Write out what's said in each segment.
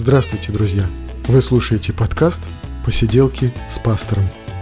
Здравствуйте, друзья! Вы слушаете подкаст «Посиделки с пастором».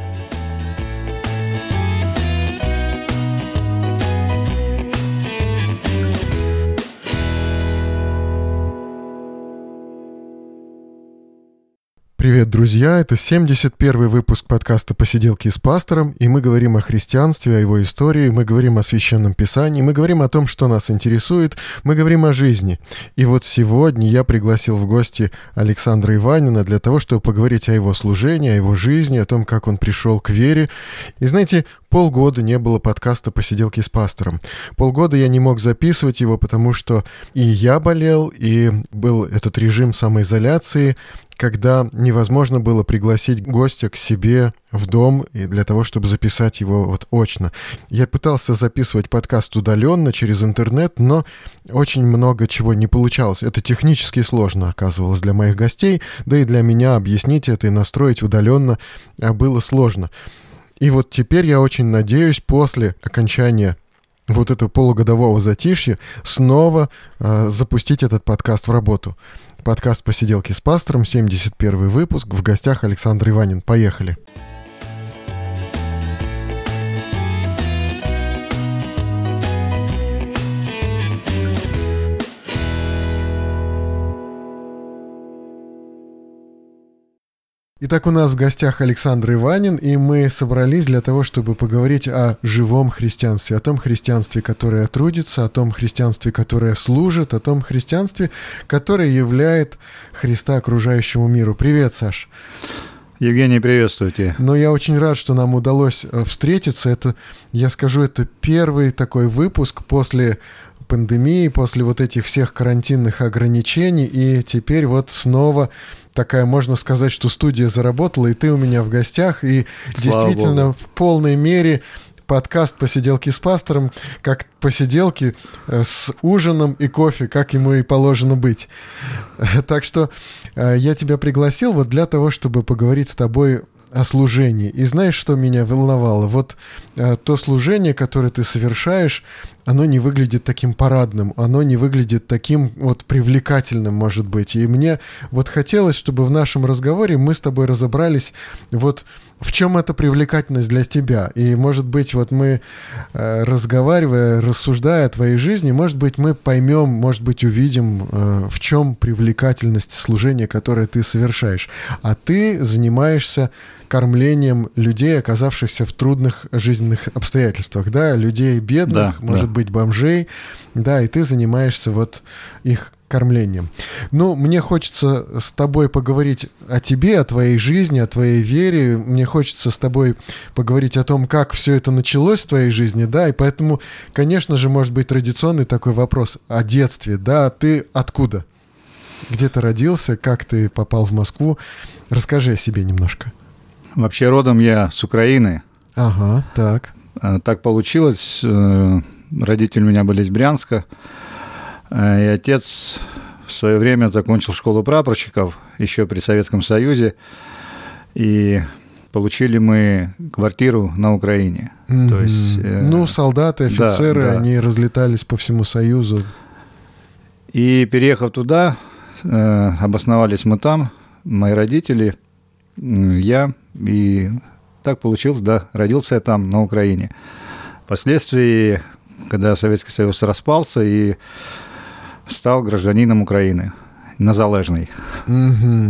Привет, друзья! Это 71-й выпуск подкаста «Посиделки с пастором», и мы говорим о христианстве, о его истории, мы говорим о Священном Писании, мы говорим о том, что нас интересует, мы говорим о жизни. И вот сегодня я пригласил в гости Александра Иванина для того, чтобы поговорить о его служении, о его жизни, о том, как он пришел к вере. И знаете, полгода не было подкаста «Посиделки с пастором». Полгода я не мог записывать его, потому что и я болел, и был этот режим самоизоляции, когда невозможно было пригласить гостя к себе в дом и для того, чтобы записать его вот очно. Я пытался записывать подкаст удаленно через интернет, но очень много чего не получалось. Это технически сложно оказывалось для моих гостей, да и для меня объяснить это и настроить удаленно было сложно. И вот теперь я очень надеюсь после окончания вот этого полугодового затишья снова запустить этот подкаст в работу. Подкаст «Посиделки с пастором», 71-й выпуск. В гостях Александр Иванин. Поехали! Итак, у нас в гостях Александр Иванин, и мы собрались для того, чтобы поговорить о живом христианстве, о том христианстве, которое трудится, о том христианстве, которое служит, о том христианстве, которое являет Христа окружающему миру. Привет, Саш. Евгений, приветствуйте. Но я очень рад, что нам удалось встретиться. Это первый такой выпуск после пандемии, после вот этих всех карантинных ограничений, и теперь вот снова такая, можно сказать, что студия заработала, и ты у меня в гостях, и Слава действительно Богу. в полной мере подкаст «Посиделки с пастором», как посиделки с ужином и кофе, как ему и положено быть. Так что я тебя пригласил вот для того, чтобы поговорить с тобой о служении. И знаешь, что меня волновало? Вот то служение, которое ты совершаешь, оно не выглядит таким парадным, оно не выглядит таким вот привлекательным, может быть. И мне вот хотелось, чтобы в нашем разговоре мы с тобой разобрались, вот в чем эта привлекательность для тебя. И, может быть, вот мы, разговаривая, рассуждая о твоей жизни, может быть, мы поймем, может быть, увидим, в чем привлекательность служения, которое ты совершаешь. А ты занимаешься кормлением людей, оказавшихся в трудных жизненных обстоятельствах, да, людей бедных, может быть, бомжей, да, и ты занимаешься вот их кормлением. Ну, мне хочется с тобой поговорить о тебе, о твоей жизни, о твоей вере. Мне хочется с тобой поговорить о том, как все это началось в твоей жизни, да, и поэтому, конечно же, может быть традиционный такой вопрос о детстве, да, ты откуда? Где ты родился, как ты попал в Москву? Расскажи о себе немножко. Вообще родом я с Украины. Ага, так. Так получилось. Родители у меня были из Брянска. И отец в свое время закончил школу прапорщиков еще при Советском Союзе. И получили мы квартиру на Украине. Mm-hmm. То есть, солдаты, офицеры, они разлетались по всему Союзу. И переехав туда, обосновались мы там, мои родители, я. И так получилось, да, родился я там, на Украине. Впоследствии, когда Советский Союз распался, и стал гражданином Украины, незалежный. Mm-hmm.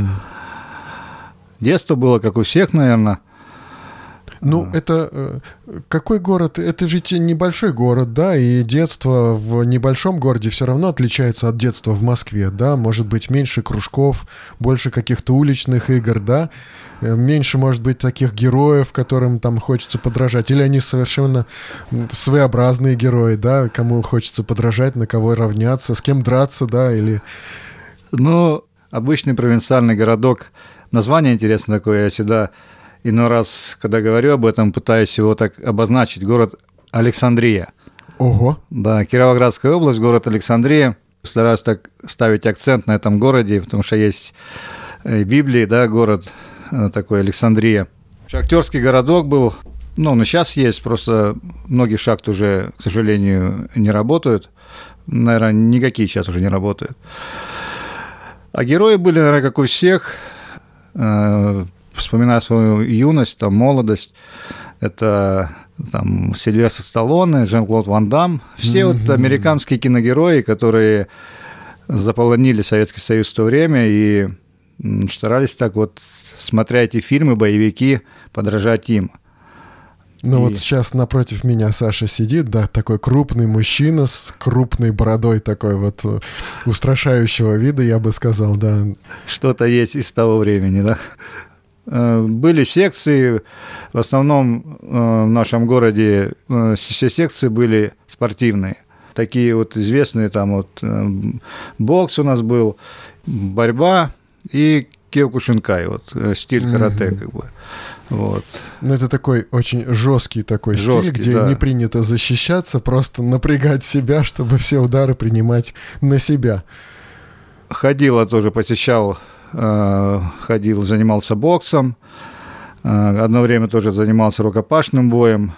Детство было, как у всех, наверное. Ну, это какой город? Это же небольшой город, да, и детство в небольшом городе все равно отличается от детства в Москве, да, может быть, меньше кружков, больше каких-то уличных игр, да, меньше, может быть, таких героев, которым там хочется подражать, или они совершенно своеобразные герои, да, кому хочется подражать, на кого равняться, с кем драться, да, или... Ну, обычный провинциальный городок, название интересное такое, я всегда... Иной раз, когда говорю об этом, пытаюсь его так обозначить. Город Александрия. Ого! Да, Кировоградская область, город Александрия. Стараюсь так ставить акцент на этом городе, потому что есть в Библии, да, город такой Александрия. Шахтерский городок был, но сейчас есть, просто многие шахты уже, к сожалению, не работают. Наверное, никакие сейчас уже не работают. А герои были, наверное, как у всех. Вспоминая свою юность, там, молодость, это там Сильвестр Сталлоне, Жан-Клод Ван Дамм. Все вот американские киногерои, которые заполонили Советский Союз в то время и старались так вот, смотря эти фильмы, боевики, подражать им. Ну вот сейчас напротив меня Саша сидит, да, такой крупный мужчина с крупной бородой, такой вот устрашающего вида, я бы сказал, да. Что-то есть из того времени, да. Были секции, в основном в нашем городе все секции были спортивные. Такие вот известные, там вот бокс у нас был, борьба и киокушинкай, вот стиль карате как бы. Вот. Ну, это такой очень жесткий такой стиль, где да. не принято защищаться, просто напрягать себя, чтобы все удары принимать на себя. Ходил, занимался боксом, одно время тоже занимался рукопашным боем,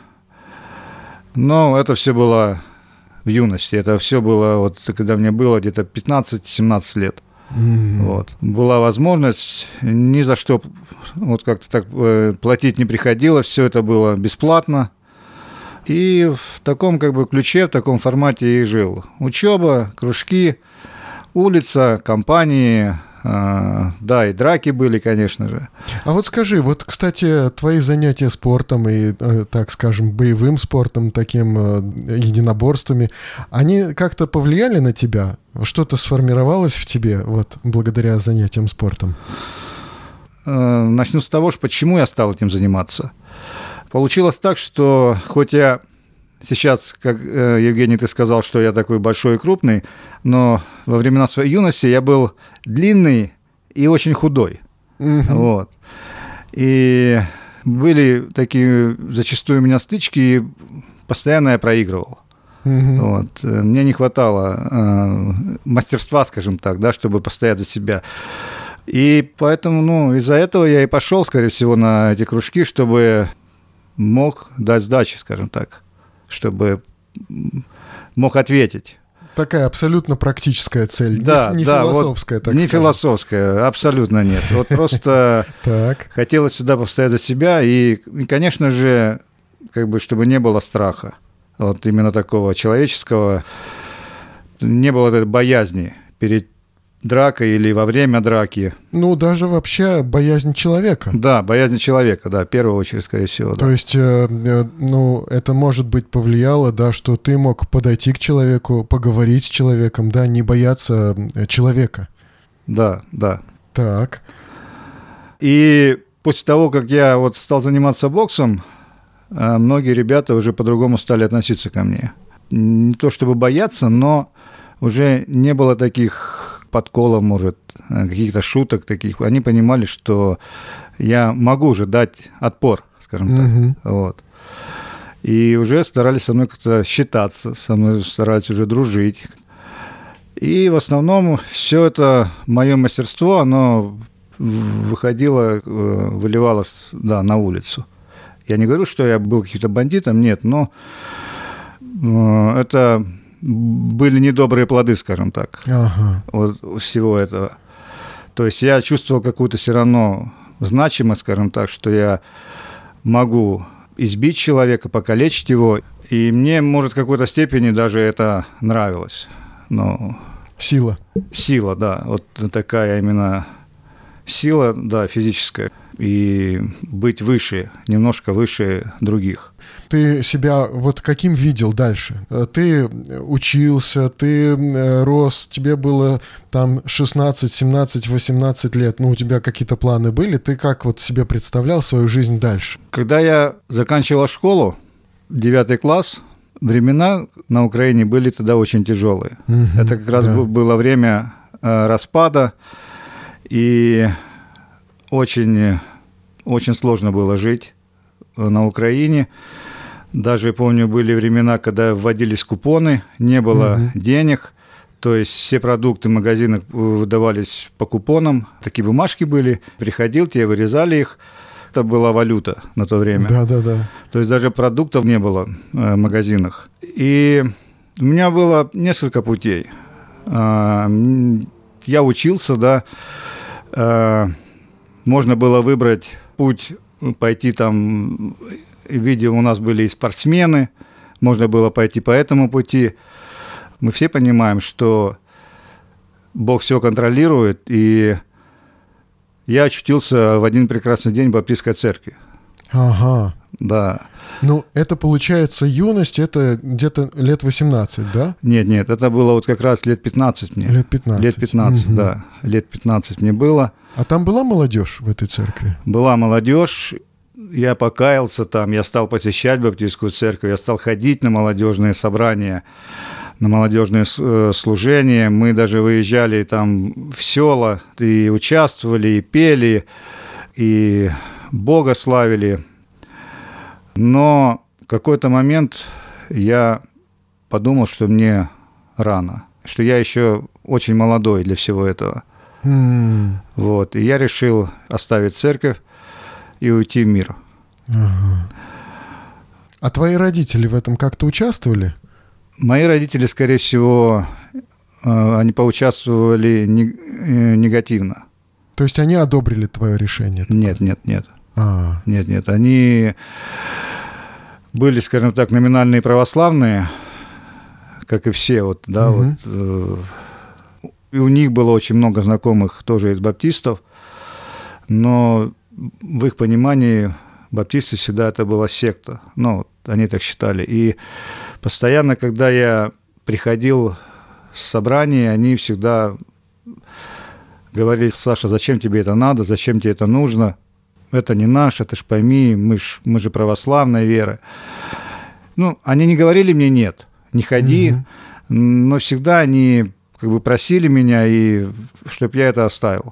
но это все было в юности, это все было, вот когда мне было где-то 15-17 лет. Вот. Была возможность, ни за что вот как-то так платить не приходилось, все это было бесплатно. И в таком как бы ключе, в таком формате и жил. Учеба, кружки, улица, компании, да, и драки были, конечно же. А вот скажи, вот, кстати, твои занятия спортом и, так скажем, боевым спортом, таким единоборствами, они как-то повлияли на тебя? Что-то сформировалось в тебе вот благодаря занятиям спортом? Начну с того, почему я стал этим заниматься. Получилось так, что хоть я сейчас, как Евгений, ты сказал, что я такой большой и крупный, но во времена своей юности я был длинный и очень худой. Вот. И были такие зачастую у меня стычки, и постоянно я проигрывал. Вот. Мне не хватало мастерства, скажем так, да, чтобы постоять за себя. И поэтому, из-за этого я и пошел, скорее всего, на эти кружки, чтобы мог дать сдачи, скажем так, чтобы мог ответить. Такая абсолютно практическая цель, да, не да, философская, вот, так не скажем. Философская, абсолютно нет. Вот просто хотелось всегда постоять за себя, и, конечно же, как бы, чтобы не было страха, вот именно такого человеческого, не было этой боязни перед дракой или во время драки. Ну, даже вообще боязнь человека. Да, боязнь человека, да, в первую очередь, скорее всего. То да. есть, это, может быть, повлияло, да, что ты мог подойти к человеку, поговорить с человеком, да, не бояться человека. Да, да. Так. И после того, как я вот стал заниматься боксом, многие ребята уже по-другому стали относиться ко мне. Не то чтобы бояться, но уже не было таких подколов, может, каких-то шуток таких. Они понимали, что я могу уже дать отпор, скажем так. Вот. И уже старались со мной как-то считаться, со мной старались уже дружить. И в основном все это мое мастерство, оно выходило, выливалось, да, на улицу. Я не говорю, что я был каким-то бандитом, нет, но это были недобрые плоды, скажем так, вот всего этого. То есть я чувствовал какую-то все равно значимость, скажем так, что я могу избить человека, покалечить его, и мне, может, в какой-то степени даже это нравилось. Но Сила, да, вот такая именно сила, да, физическая, и быть выше, немножко выше других. Ты себя вот каким видел дальше? Ты учился, ты рос, тебе было там 16, 17, 18 лет, у тебя какие-то планы были? Ты как вот себе представлял свою жизнь дальше? Когда я заканчивал школу, 9 класс, времена на Украине были тогда очень тяжелые. Это как раз было время распада, и очень, очень сложно было жить на Украине. Даже, помню, были времена, когда вводились купоны, не было денег, то есть все продукты в магазинах выдавались по купонам, такие бумажки были, приходил, тебе вырезали их, это была валюта на то время. Да. То есть даже продуктов не было в магазинах. И у меня было несколько путей. я учился, да, можно было выбрать путь, пойти там, видел, у нас были и спортсмены, можно было пойти по этому пути. Мы все понимаем, что Бог все контролирует, и я очутился в один прекрасный день в баптистской церкви. Ага. Да. Ну, это получается юность, это где-то лет 18, да? Нет, это было вот как раз лет 15 мне. Лет 15. Лет 15, угу. Да. Лет 15 мне было. А там была молодежь в этой церкви? Была молодежь. Я покаялся там, я стал посещать баптистскую церковь, я стал ходить на молодежные собрания, на молодежные служения. Мы даже выезжали там в села, и участвовали, и пели, и Бога славили. Но в какой-то момент я подумал, что мне рано, что я еще очень молодой для всего этого. Вот. И я решил оставить церковь и уйти в мир. Ага. А твои родители в этом как-то участвовали? Мои родители, скорее всего, они поучаствовали негативно. То есть они одобрили твое решение? Нет. А. Нет. Они были, скажем так, номинальные православные, как и все. Вот, да, угу. вот, и у них было очень много знакомых тоже из баптистов, но в их понимании баптисты всегда это была секта. Ну, они так считали. И постоянно, когда я приходил с собраний, они всегда говорили: Саша, зачем тебе это надо, зачем тебе это нужно? Это не наш, это ж пойми, мы же православной веры. Ну, они не говорили мне нет, не ходи, но всегда они как бы просили меня, и чтобы я это оставил.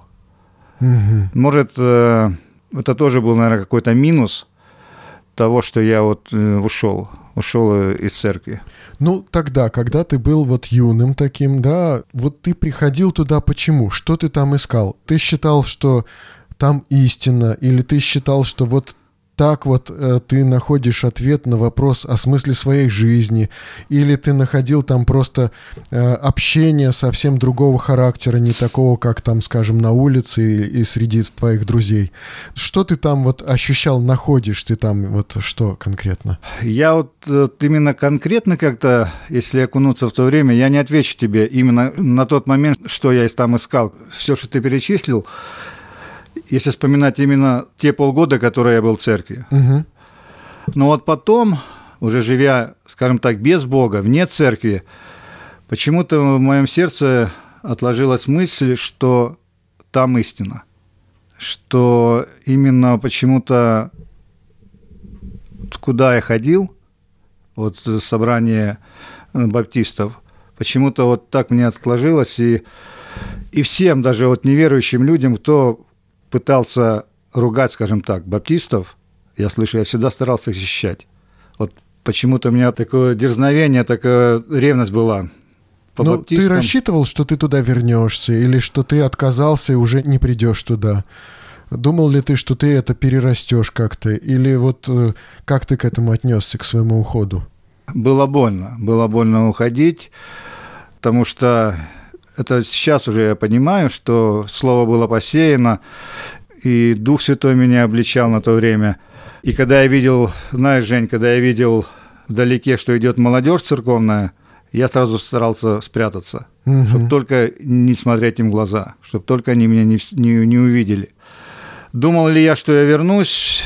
Может, это тоже был, наверное, какой-то минус того, что я вот ушел из церкви. Ну, тогда, когда ты был вот юным таким, да, вот ты приходил туда почему? Что ты там искал? Ты считал, что там истина, или ты считал, что вот так вот ты находишь ответ на вопрос о смысле своей жизни, или ты находил там просто общение совсем другого характера, не такого, как там, скажем, на улице и среди твоих друзей? Что ты там вот ощущал, находишь ты там, вот что конкретно? Я вот именно конкретно как-то, если окунуться в то время, я не отвечу тебе именно на тот момент, что я там искал. Все, что ты перечислил, если вспоминать именно те полгода, которые я был в церкви. Угу. Но вот потом, уже живя, скажем так, без Бога, вне церкви, почему-то в моем сердце отложилась мысль, что там истина. Что именно почему-то, куда я ходил, вот собрание баптистов, почему-то вот так мне отложилось, и всем, даже вот неверующим людям, кто пытался ругать, скажем так, баптистов, я слышу, я всегда старался их защищать. Вот почему-то у меня такое дерзновение, такая ревность была по баптистам. Ты рассчитывал, что ты туда вернешься, или что ты отказался и уже не придешь туда? Думал ли ты, что ты это перерастешь как-то? Или вот как ты к этому отнесся, к своему уходу? Было больно уходить, потому что это сейчас уже я понимаю, что слово было посеяно, и Дух Святой меня обличал на то время. И когда я видел, знаешь, Жень, когда я видел вдалеке, что идет молодежь церковная, я сразу старался спрятаться, чтобы только не смотреть им в глаза, чтобы только они меня не увидели. Думал ли я, что я вернусь?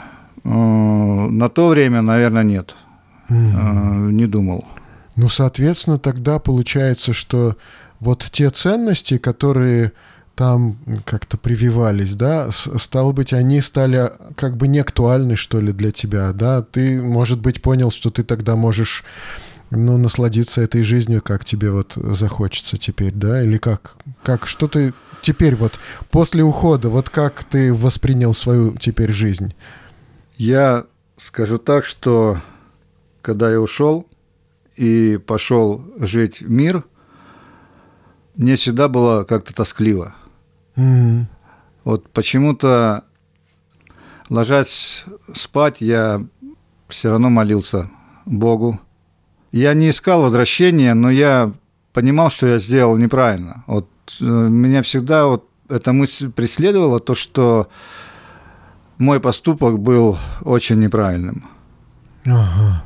На то время, наверное, нет. Не думал. Ну, соответственно, тогда получается, что вот те ценности, которые там как-то прививались, да, стало быть, они стали как бы неактуальны, что ли, для тебя, да? Ты, может быть, понял, что ты тогда можешь, ну, насладиться этой жизнью, как тебе вот захочется теперь, да? Или как что ты теперь вот после ухода, вот как ты воспринял свою теперь жизнь? Я скажу так, что когда я ушел и пошел жить в мир, мне всегда было как-то тоскливо. Вот почему-то, ложась спать, я все равно молился Богу. Я не искал возвращения, но я понимал, что я сделал неправильно. Вот меня всегда вот эта мысль преследовала, то, что мой поступок был очень неправильным. Ага.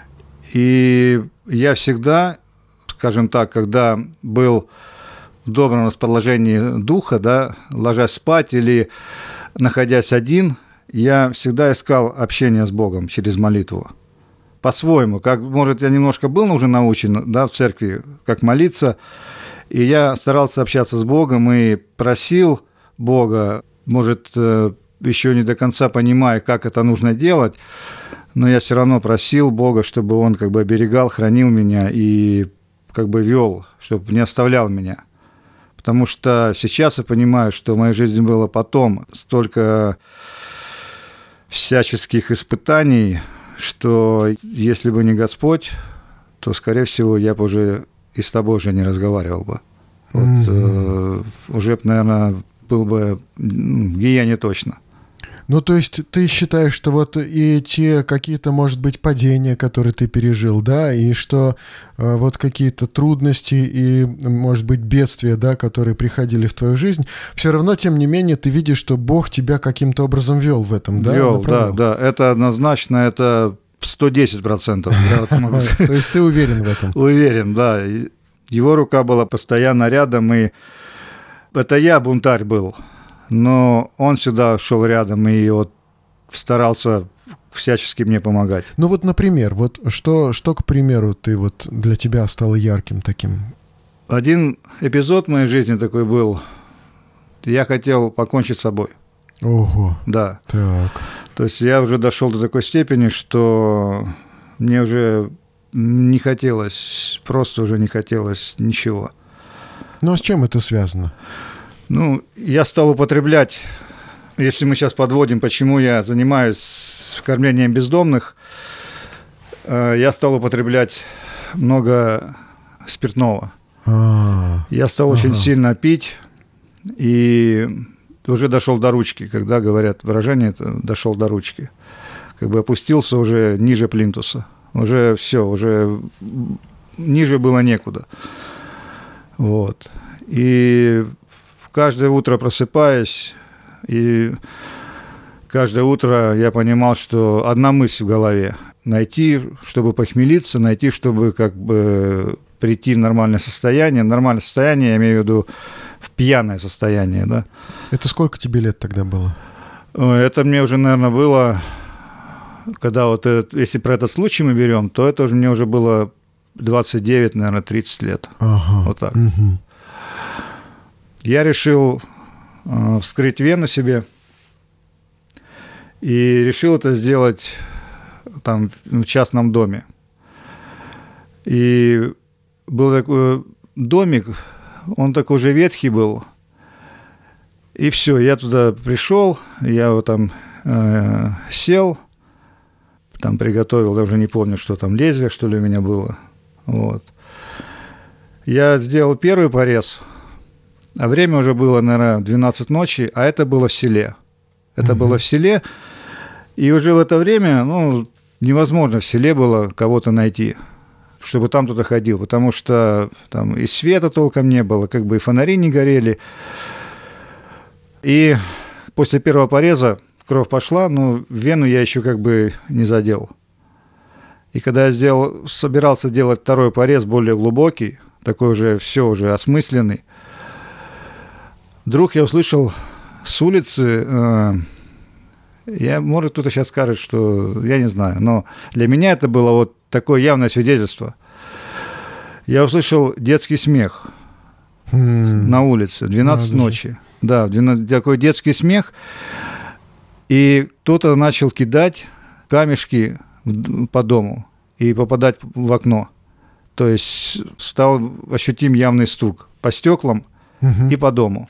И я всегда, скажем так, когда был в добром расположении духа, да, ложась спать или находясь один, я всегда искал общение с Богом через молитву. По-своему, как, может, я немножко был уже научен, да, в церкви, как молиться, и я старался общаться с Богом и просил Бога, может, еще не до конца понимая, как это нужно делать, но я все равно просил Бога, чтобы Он как бы оберегал, хранил меня и как бы вел, чтобы не оставлял меня. Потому что сейчас я понимаю, что в моей жизни было потом столько всяческих испытаний, что если бы не Господь, то, скорее всего, я бы уже и с тобой уже не разговаривал бы. Вот, уже, наверное, был бы в гиене точно. Ну, то есть ты считаешь, что вот и те какие-то, может быть, падения, которые ты пережил, да, и что вот какие-то трудности и, может быть, бедствия, да, которые приходили в твою жизнь, все равно, тем не менее, ты видишь, что Бог тебя каким-то образом вел в этом, да? Вел, да, это однозначно, это 110%. То есть ты уверен в этом? Уверен, да. Его рука была постоянно рядом, и это я бунтарь был. Но он всегда шел рядом и вот старался всячески мне помогать. Ну вот, например, вот что, к примеру, ты вот для тебя стало ярким таким? Один эпизод в моей жизни такой был. Я хотел покончить с собой. Ого. Да. Так. То есть я уже дошел до такой степени, что мне уже не хотелось, просто уже не хотелось ничего. Ну а с чем это связано? Ну, я стал употреблять, если мы сейчас подводим, почему я занимаюсь кормлением бездомных, я стал употреблять много спиртного. Я стал очень сильно пить, и уже дошел до ручки, когда говорят выражение, это дошел до ручки. Как бы опустился уже ниже плинтуса. Уже все, уже ниже было некуда. Вот. И каждое утро просыпаясь, и каждое утро я понимал, что одна мысль в голове – найти, чтобы похмелиться, найти, чтобы как бы прийти в нормальное состояние. Нормальное состояние, я имею в виду в пьяное состояние, да. Это сколько тебе лет тогда было? Это мне уже, наверное, было, когда вот, если про этот случай мы берем, то это уже мне уже было 29, наверное, 30 лет. Ага. Вот так. Угу. Я решил вскрыть вену себе и решил это сделать там в частном доме. И был такой домик, он такой уже ветхий был. И все, я туда пришел, я вот там сел, там приготовил, я уже не помню, что там, лезвие, что ли, у меня было. Вот. Я сделал первый порез. А время уже было, наверное, 12 ночи, а это было в селе. Это было в селе, и уже в это время, ну, невозможно в селе было кого-то найти, чтобы там кто-то ходил, потому что там и света толком не было, как бы и фонари не горели. И после первого пореза кровь пошла, но вену я еще как бы не задел. И когда я собирался делать второй порез, более глубокий, такой уже, все уже осмысленный, вдруг я услышал с улицы, может, кто-то сейчас скажет, что я не знаю, но для меня это было вот такое явное свидетельство. Я услышал детский смех на улице, 12 ночи. Да, такой детский смех, и кто-то начал кидать камешки по дому и попадать в окно. То есть стал ощутим явный стук по стеклам и по дому.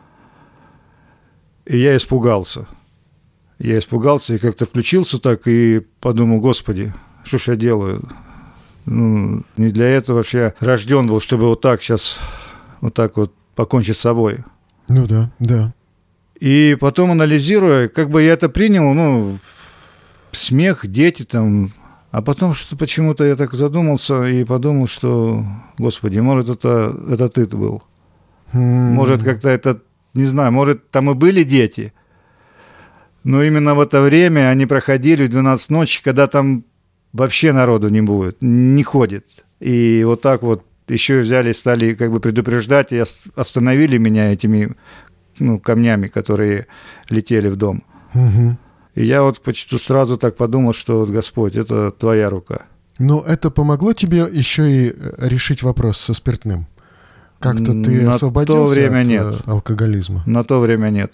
И я испугался. И как-то включился так и подумал: Господи, что ж я делаю? Ну, не для этого ж я рожден был, чтобы вот так сейчас, вот так вот покончить с собой. Ну да, да. И потом, анализируя, как бы я это принял, ну, смех, дети там, а потом что почему-то я так задумался и подумал, что, Господи, может, это ты был. Может, как-то это, не знаю, может, там и были дети, но именно в это время они проходили в 12 ночи, когда там вообще народу не будет, не ходит. И вот так вот еще взяли, стали как бы предупреждать, и остановили меня этими камнями, которые летели в дом. Угу. И я вот почти сразу так подумал, что вот, Господь, это твоя рука. Ну, это помогло тебе еще и решить вопрос со спиртным? Как-то ты освободился от алкоголизма? На то время нет.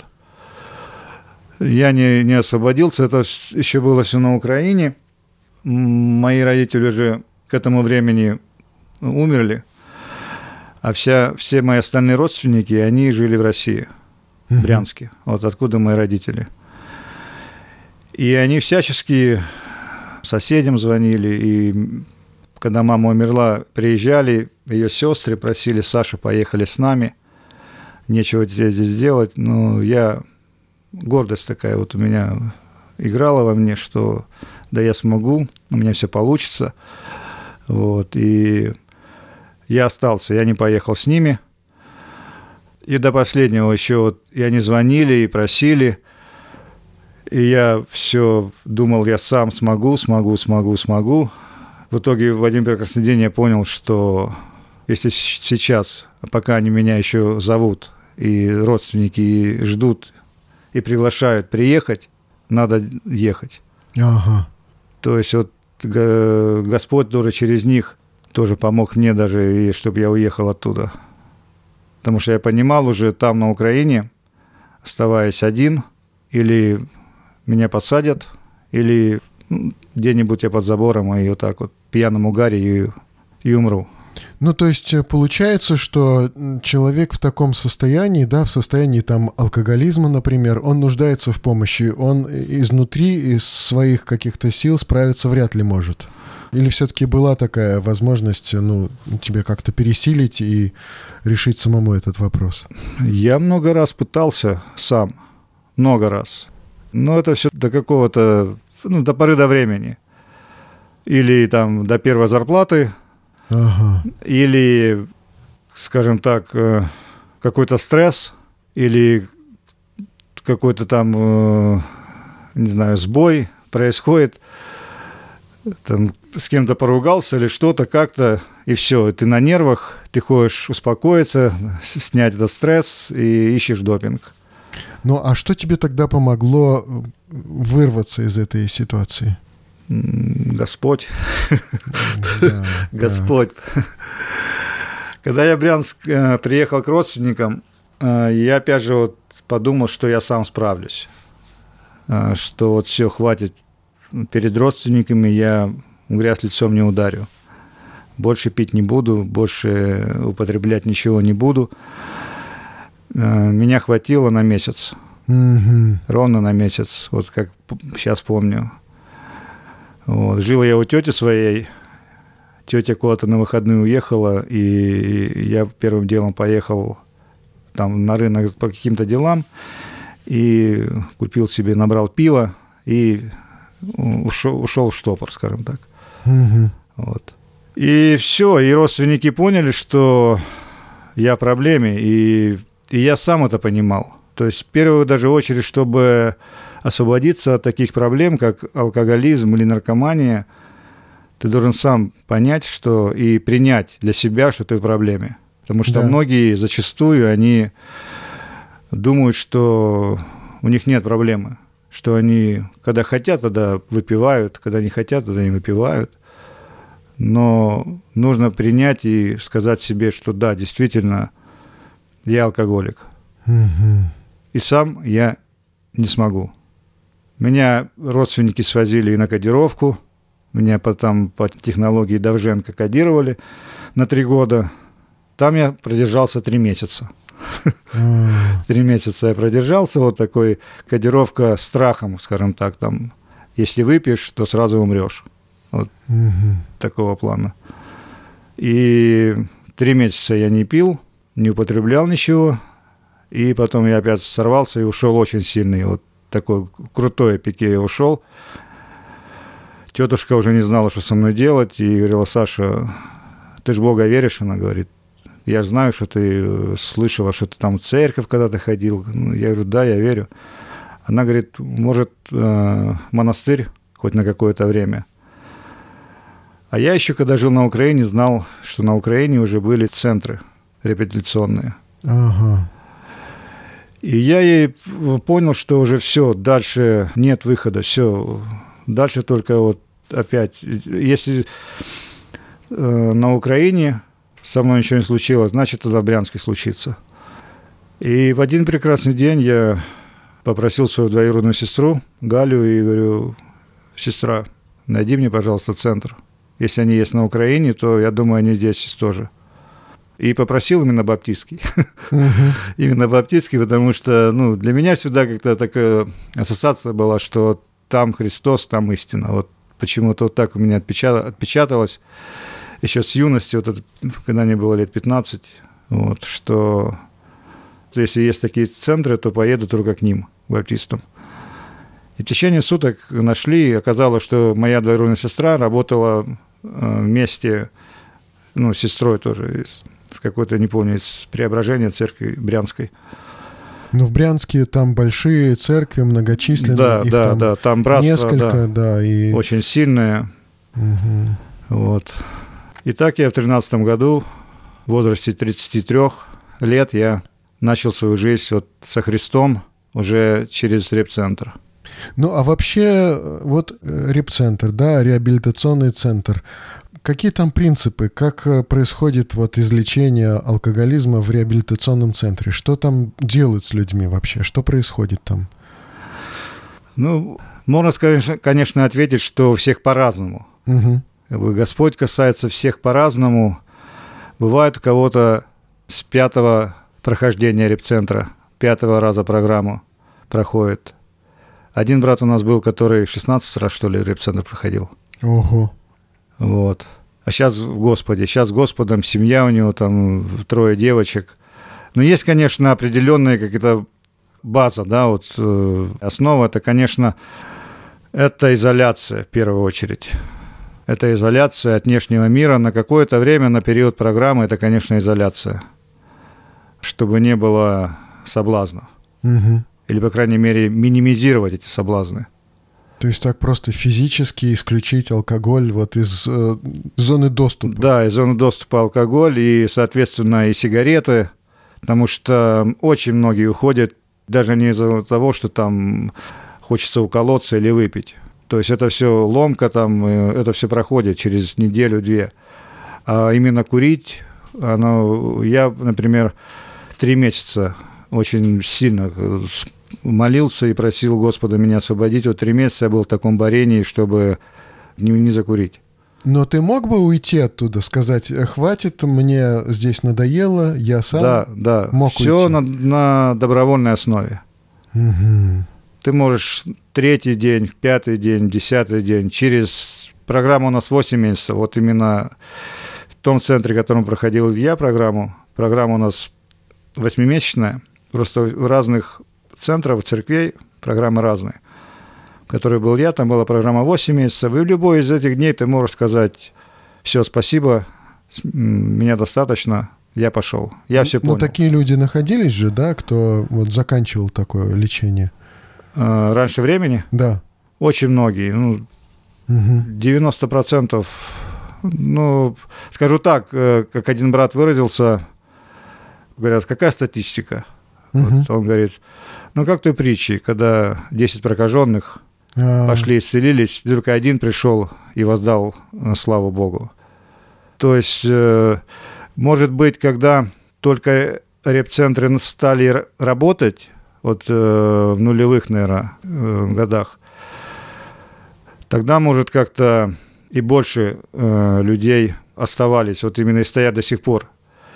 Я не освободился, это еще было все на Украине. Мои родители уже к этому времени умерли, а все мои остальные родственники, они жили в России, в Брянске, вот откуда мои родители. И они всячески соседям звонили, и когда мама умерла, приезжали ее сестры, просили: Саша, поехали с нами, нечего тебе здесь делать. Но гордость такая вот у меня играла во мне, что да, я смогу, у меня все получится. Вот, и я остался, я не поехал с ними. И до последнего еще вот и они звонили и просили. И я все думал, я сам смогу. В итоге в один прекрасный день я понял, что если сейчас, пока они меня еще зовут, и родственники и ждут, и приглашают приехать, надо ехать. Ага. То есть вот Господь тоже через них тоже помог мне даже, и чтобы я уехал оттуда. Потому что я понимал уже там, на Украине, оставаясь один, или меня посадят, или где-нибудь я под забором, и вот так вот в пьяном угаре и умру. Ну, то есть получается, что человек в таком состоянии, да, в состоянии там алкоголизма, например, он нуждается в помощи, он изнутри, из своих каких-то сил справиться вряд ли может. Или все-таки была такая возможность, тебе как-то пересилить и решить самому этот вопрос? Я много раз пытался сам, много раз. Но это все до какого-то, до поры до времени. Или там до первой зарплаты, ага. Или, скажем так, какой-то стресс, или какой-то там, не знаю, сбой происходит, там с кем-то поругался или что-то как-то, и все, ты на нервах, ты хочешь успокоиться, снять этот стресс и ищешь допинг. Ну, а что тебе тогда помогло вырваться из этой ситуации? Господь. Да, Господь. Когда я в Брянск приехал к родственникам, я опять же вот подумал, что я сам справлюсь. Что вот все, хватит. Перед родственниками я в грязь лицом не ударю. Больше пить не буду, больше употреблять ничего не буду. Меня хватило на месяц. Угу. Ровно на месяц, вот как сейчас помню. Вот. Жил я у тети своей. Тетя куда-то на выходные уехала, и я первым делом поехал там на рынок по каким-то делам и купил себе, набрал пива и ушел в штопор, скажем так. Угу. Вот. И все, и родственники поняли, что я в проблеме, и я сам это понимал. То есть в первую даже очередь, чтобы освободиться от таких проблем, как алкоголизм или наркомания, ты должен сам понять, что и принять для себя, что ты в проблеме. Потому что многие зачастую, они думают, что у них нет проблемы, что они, когда хотят, тогда выпивают, когда не хотят, тогда не выпивают. Но нужно принять и сказать себе, что да, действительно, я алкоголик. Угу. И сам я не смогу. Меня родственники свозили и на кодировку, меня потом по технологии Довженко кодировали на 3 года. Там я продержался 3 месяца. 3 месяца я продержался, вот такой кодировка страхом, скажем так, там, если выпьешь, то сразу умрешь. Вот такого плана. И 3 месяца я не пил, не употреблял ничего, и потом я опять сорвался и ушел очень сильный, вот такой крутой пике я ушел. Тетушка уже не знала, что со мной делать, и говорила: Саша, ты ж в Бога веришь? Она говорит: я знаю, что ты слышала, что ты там в церковь когда-то ходил. Я говорю, да, я верю. Она говорит, может, монастырь хоть на какое-то время. А я еще, когда жил на Украине, знал, что на Украине уже были центры реабилитационные. Ага. И я ей понял, что уже все, дальше нет выхода, все. Дальше только вот опять, если на Украине со мной ничего не случилось, значит, это в Брянске случится. И в один прекрасный день я попросил свою двоюродную сестру, Галю, и говорю, сестра, найди мне, пожалуйста, центр. Если они есть на Украине, то, я думаю, они здесь тоже. И попросил именно баптистский. Именно баптистский, потому что для меня всегда как-то такая ассоциация была, что там Христос, там истина. Вот почему-то вот так у меня отпечаталось еще с юности, вот это, когда мне было лет 15, вот, что если есть такие центры, то поеду только к ним, к баптистам. И в течение суток нашли, и оказалось, что моя двоюродная сестра работала вместе, с сестрой тоже, с какой-то, не помню, из Преображения церкви Брянской. Ну, в Брянске там большие церкви, многочисленные. Да, там братство, несколько, да, и... очень сильное. Угу. Вот. И так я в 13 году, в возрасте 33 лет, я начал свою жизнь вот со Христом уже через репцентр. Ну, а вообще, вот репцентр, да, реабилитационный центр, какие там принципы, как происходит вот излечение алкоголизма в реабилитационном центре? Что там делают с людьми вообще? Что происходит там? Ну, можно, конечно, ответить, что у всех по-разному. Угу. Господь касается всех по-разному. Бывает у кого-то с 5-го прохождения репцентра, 5-го раза программу проходит. Один брат у нас был, который 16 раз, что ли, репцентр проходил. Ого. Вот. А сейчас в Господе. Сейчас с Господом семья у него, там 3 девочек. Но есть, конечно, определенная какая-то база, да, вот основа, это, конечно, это изоляция в первую очередь. Это изоляция от внешнего мира на какое-то время, на период программы, это, конечно, изоляция. Чтобы не было соблазнов. Угу. Или, по крайней мере, минимизировать эти соблазны. То есть так просто физически исключить алкоголь вот из зоны доступа? Да, из зоны доступа алкоголь и, соответственно, и сигареты, потому что очень многие уходят даже не из-за того, что там хочется уколоться или выпить. То есть это все ломка, там, это все проходит через неделю-две. А именно курить, я, например, 3 месяца очень сильно молился и просил Господа меня освободить. Вот 3 месяца я был в таком борении, чтобы не закурить. Но ты мог бы уйти оттуда, сказать, хватит, мне здесь надоело, я сам мог уйти? Все на добровольной основе. Угу. Ты можешь 3-й день, 5-й день, 10-й день, через программу у нас 8 месяцев, вот именно в том центре, в котором проходил я программа у нас 8-месячная, просто в разных центрах, церквей программы разные. В которой был я, там была программа 8 месяцев, и в любой из этих дней ты можешь сказать, все, спасибо, меня достаточно, я пошел, я все понял. Ну, такие люди находились же, да, кто вот заканчивал такое лечение? Раньше времени? Да. Очень многие, 90%, скажу так, как один брат выразился, говорят, какая статистика? Вот он говорит, как в той притче, когда 10 прокаженных пошли, исцелились, только один пришел и воздал славу Богу. То есть, может быть, когда только репцентры стали работать, вот в нулевых, наверное, годах, тогда, может, как-то и больше людей оставались, вот именно и стоят до сих пор.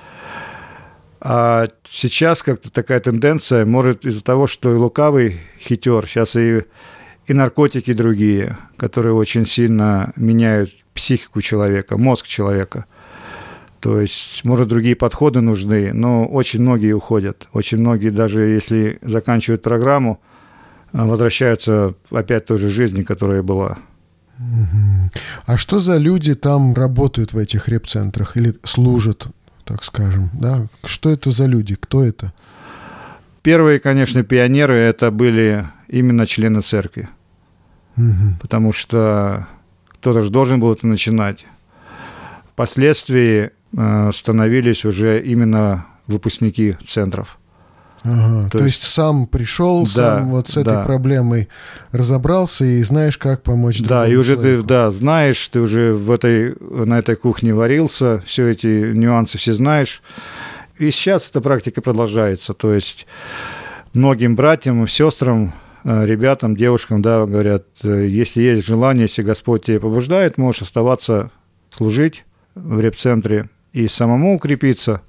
А сейчас как-то такая тенденция, может, из-за того, что и лукавый хитер, сейчас и наркотики другие, которые очень сильно меняют психику человека, мозг человека. То есть, может, другие подходы нужны, но очень многие уходят. Очень многие, даже если заканчивают программу, возвращаются опять к той же жизни, которая была. А что за люди там работают в этих репцентрах или служат? так скажем, да? Что это за люди, кто это? Первые, конечно, пионеры это были именно члены церкви, потому что кто-то же должен был это начинать. Впоследствии становились уже именно выпускники центров. Ага, то есть сам пришел, сам вот с этой проблемой разобрался и знаешь, как помочь другому человеку. Да, и уже ты знаешь, ты уже на этой кухне варился, все эти нюансы все знаешь. И сейчас эта практика продолжается. То есть многим братьям, сестрам, ребятам, девушкам, да, говорят, если есть желание, если Господь тебя побуждает, можешь оставаться служить в репцентре и самому укрепиться,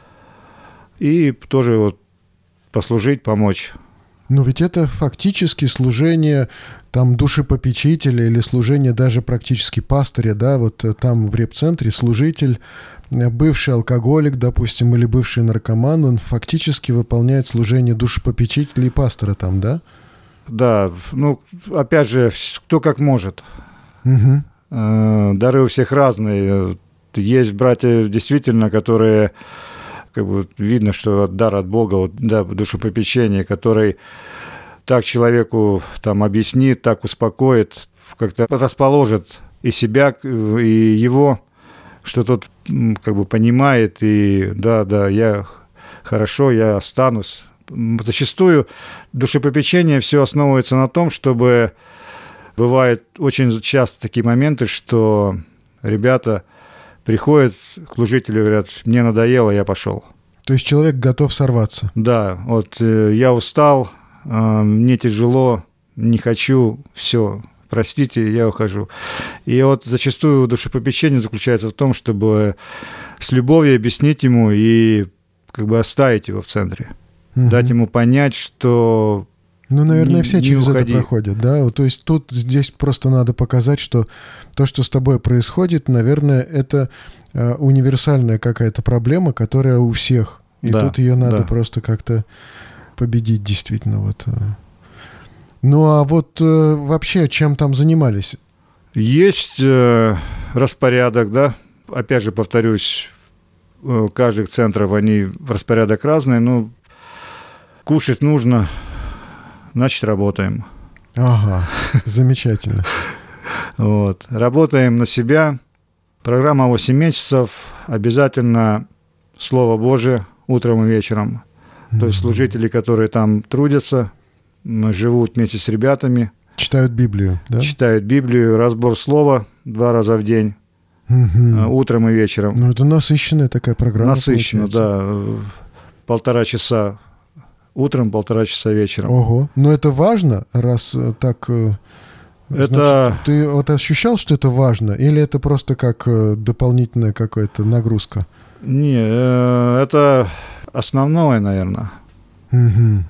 и тоже вот послужить, помочь. Но ведь это фактически служение там душепопечителя или служение даже практически пастыря, да, вот там в репцентре служитель, бывший алкоголик, допустим, или бывший наркоман, он фактически выполняет служение душепопечителя и пастора там, да? Да, ну, опять же, кто как может. Угу. Дары у всех разные. Есть братья, действительно, которые, как бы, видно, что дар от Бога, вот, да, душепопечение, который так человеку там объяснит, так успокоит, как-то расположит и себя, и его, что тот как бы понимает, и да, я хорошо, я останусь. Зачастую душепопечение все основывается на том, чтобы бывает очень часто такие моменты, что ребята приходят к служителю и говорят, мне надоело, я пошел. То есть человек готов сорваться. Да, вот я устал, мне тяжело, не хочу, все, простите, я ухожу. И вот зачастую душепопечение заключается в том, чтобы с любовью объяснить ему и как бы оставить его в центре, дать ему понять, что... Ну, наверное, все через это проходят, да? То есть здесь просто надо показать, что то, что с тобой происходит, наверное, это универсальная какая-то проблема, которая у всех. И тут ее надо просто как-то победить, действительно. Вот. Ну, а вот вообще, чем там занимались? Есть распорядок, да? Опять же, повторюсь, каждых центров, они распорядок разный, но кушать нужно, значит, работаем. Ага, замечательно. Вот. Работаем на себя. Программа 8 месяцев. Обязательно Слово Божие утром и вечером. То есть служители, которые там трудятся, живут вместе с ребятами. Читают Библию, да? Читают Библию, разбор слова 2 раза в день, утром и вечером. Ну, это насыщенная такая программа. Насыщенная, да. 1,5 часа утром, 1,5 часа вечером. Ого. Но это важно, раз так... Это... Значит, ты вот ощущал, что это важно? Или это просто как дополнительная какая-то нагрузка? Не, это основное, наверное. Угу.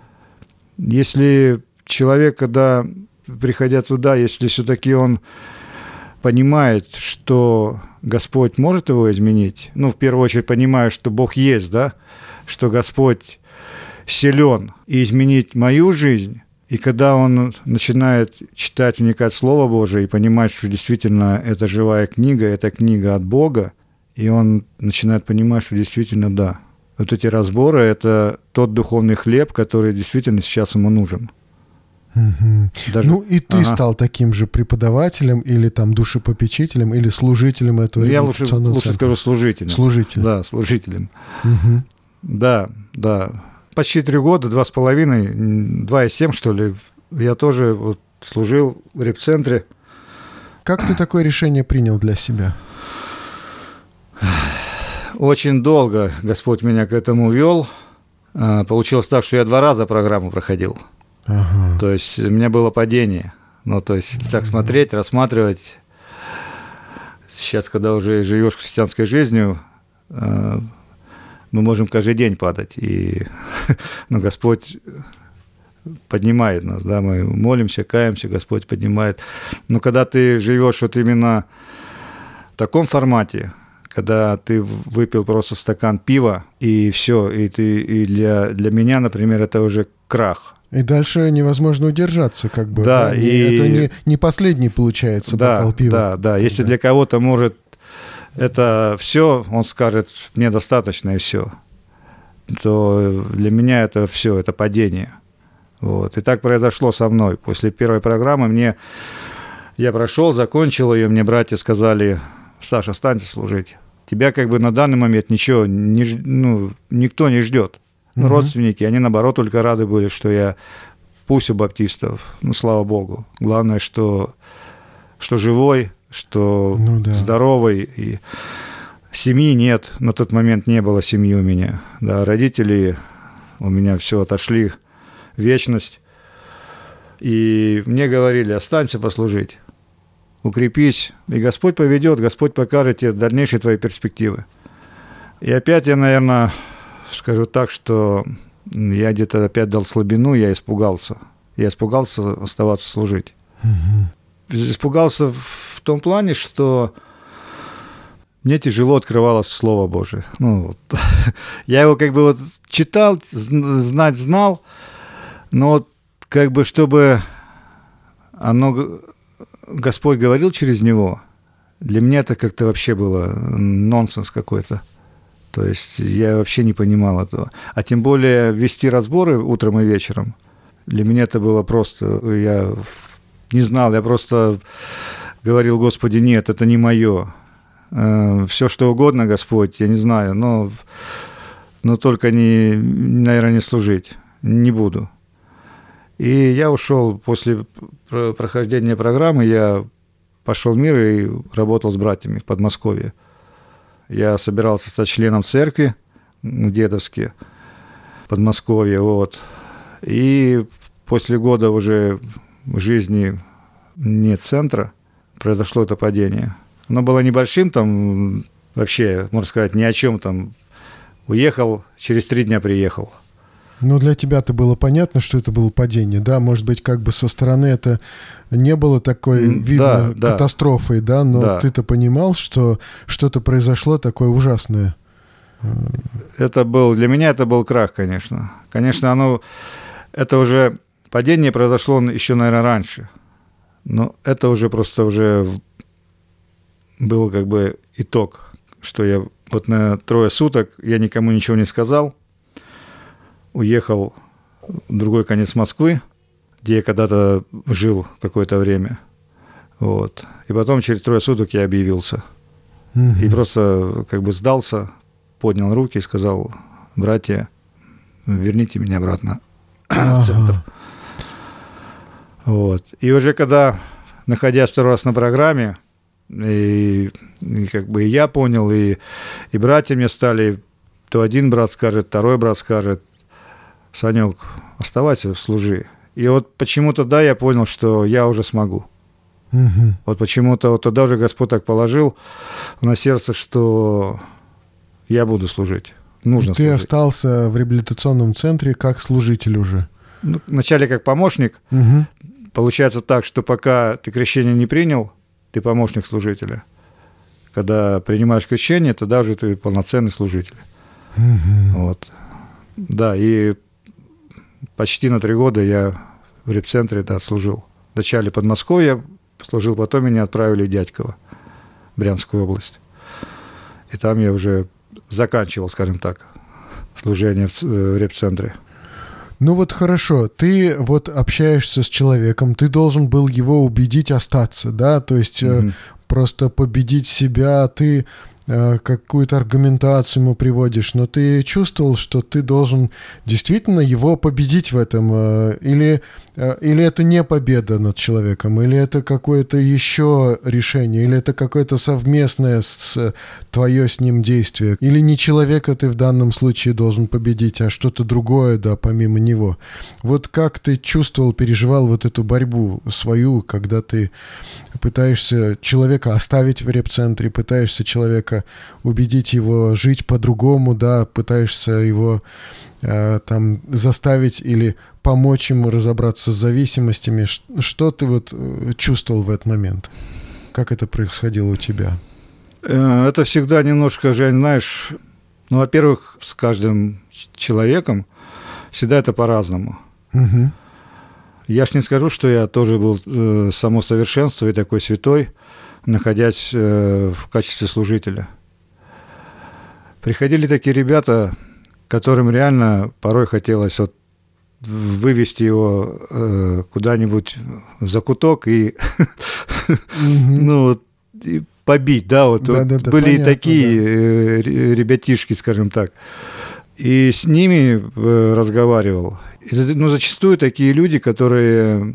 Если человек, когда, приходя туда, если все-таки он понимает, что Господь может его изменить, ну, в первую очередь понимаю, что Бог есть, да, что Господь силен и изменить мою жизнь, и когда он начинает читать, вникать в Слово Божие и понимать, что действительно это живая книга, это книга от Бога, и он начинает понимать, что действительно да, вот эти разборы – это тот духовный хлеб, который действительно сейчас ему нужен. Угу. Ну и ты стал таким же преподавателем или там душепопечителем или служителем этого реабилитационного центра? Я лучше скажу служителем. Служителем. Да, служителем. Угу. Да. Почти 3 года, 2,5, 2,7, что ли, я тоже вот служил в репцентре. Как ты такое решение принял для себя? Очень долго Господь меня к этому вел. Получилось так, что я 2 раза программу проходил. Ага. То есть у меня было падение. Ну, то есть так смотреть, рассматривать. Сейчас, когда уже живешь христианской жизнью, мы можем каждый день падать. И Господь поднимает нас. Да? Мы молимся, каемся, Господь поднимает. Но когда ты живешь вот именно в таком формате, когда ты выпил просто стакан пива, и все, и для меня, например, это уже крах. И дальше невозможно удержаться, как бы. Да, и это не последний, получается, бокал пива. Да. Если для кого-то может это все, он скажет, мне достаточно и все, то для меня это все, это падение. Вот. И так произошло со мной. После первой программы я прошел, закончил ее, мне братья сказали: Саша, останься служить. Тебя как бы на данный момент ничего, никто не ждет. Родственники, они наоборот только рады были, что я пусть у баптистов, слава Богу. Главное, что живой, что здоровый. И семьи нет, на тот момент не было семьи у меня. Да, родители у меня все отошли в вечность. И мне говорили: останься послужить, укрепись, и Господь поведет, Господь покажет тебе дальнейшие твои перспективы. И опять я, наверное, скажу так, что я где-то опять дал слабину, я испугался. Я испугался оставаться служить. Испугался в том плане, что мне тяжело открывалось Слово Божие. Я его как бы читал, знал, но как бы чтобы Господь говорил через него, для меня это как-то вообще было нонсенс какой-то. То есть я вообще не понимал этого. А тем более вести разборы утром и вечером, для меня это было просто... Я не знал, я просто говорил: Господи, нет, это не мое. Все, что угодно, Господь, я не знаю, но только наверное, не служить. Не буду. И я ушел после прохождения программы, я пошел в мир и работал с братьями в Подмосковье. Я собирался стать членом церкви в Дедовске, Подмосковье, вот. И после года уже в жизни нет центра, произошло это падение. Оно было небольшим, там вообще, можно сказать, ни о чем, там уехал, через 3 дня приехал. Ну, для тебя-то было понятно, что это было падение, да? Может быть, как бы со стороны это не было такой, видно, катастрофой, да? Но ты-то понимал, что что-то произошло такое ужасное. Для меня это был крах, конечно. Конечно, это уже падение произошло еще, наверное, раньше. Но это уже был как бы итог, что я на 3 суток я никому ничего не сказал. Уехал в другой конец Москвы, где я когда-то жил какое-то время. Вот. И потом через 3 суток я объявился. И просто как бы сдался, поднял руки и сказал: братья, верните меня обратно в центр. Вот. И уже когда, находясь 2 раз на программе, и как бы я понял, и братья мне стали, то один брат скажет, второй брат скажет: Санек, оставайся, служи. И вот почему-то, я понял, что я уже смогу. Вот почему-то тогда уже Господь так положил на сердце, что я буду служить. Нужно служить. Ты остался в реабилитационном центре как служитель уже? Вначале как помощник. Получается так, что пока ты крещение не принял, ты помощник служителя. Когда принимаешь крещение, тогда уже ты полноценный служитель. Вот. Да, и почти на 3 года я в репцентре служил. Вначале Подмосковье служил, потом меня отправили в Дядьково, Брянскую область. И там я уже заканчивал, скажем так, служение в репцентре. Ну вот хорошо, ты вот общаешься с человеком, ты должен был его убедить остаться, да, то есть просто победить себя, ты какую-то аргументацию ему приводишь, но ты чувствовал, что ты должен действительно его победить в этом, или это не победа над человеком, или это какое-то еще решение, или это какое-то совместное твое с ним действие, или не человека ты в данном случае должен победить, а что-то другое, да, помимо него. Вот как ты чувствовал, переживал вот эту борьбу свою, когда ты пытаешься человека оставить в репцентре, пытаешься человека убедить его жить по-другому, да, пытаешься его там заставить или помочь ему разобраться с зависимостями. Что ты вот чувствовал в этот момент? Как это происходило у тебя? Это всегда немножко, Жень, знаешь, во-первых, с каждым человеком всегда это по-разному. Я ж не скажу, что я тоже был само совершенство и такой святой, находясь в качестве служителя. Приходили такие ребята, которым реально порой хотелось вот вывести его куда-нибудь в закуток и, и побить, да, вот были и такие ребятишки, скажем так. И с ними разговаривал. Зачастую такие люди, которые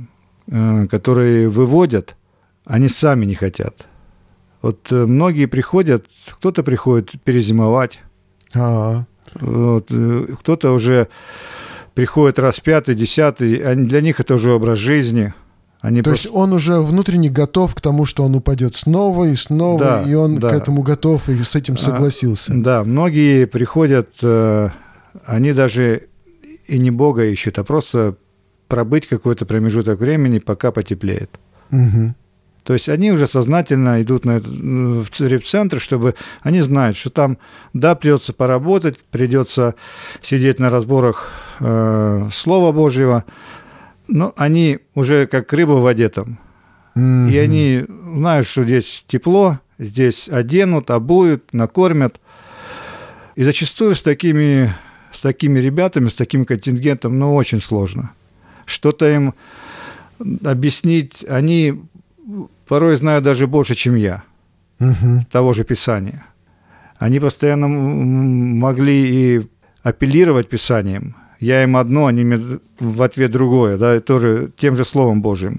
выводят, они сами не хотят. Вот многие приходят, кто-то приходит перезимовать, вот, кто-то уже приходит раз 5-й, 10-й, для них это уже образ жизни. То есть он уже внутренне готов к тому, что он упадет снова и снова, да, и он к этому готов и с этим согласился. Да, многие приходят, они даже и не Бога ищут, а просто пробыть какой-то промежуток времени, пока потеплеет. Угу. То есть они уже сознательно идут в репцентр, чтобы они знают, что там, да, придется поработать, придется сидеть на разборах Слова Божьего, но они уже как рыба в воде там. Mm-hmm. И они знают, что здесь тепло, здесь оденут, обуют, накормят. И зачастую с такими ребятами, с таким контингентом, очень сложно. Что-то им объяснить, они порой знают даже больше, чем я, того же Писания. Они постоянно могли и апеллировать Писанием. Я им одно, они мне в ответ другое, да, тоже тем же Словом Божьим.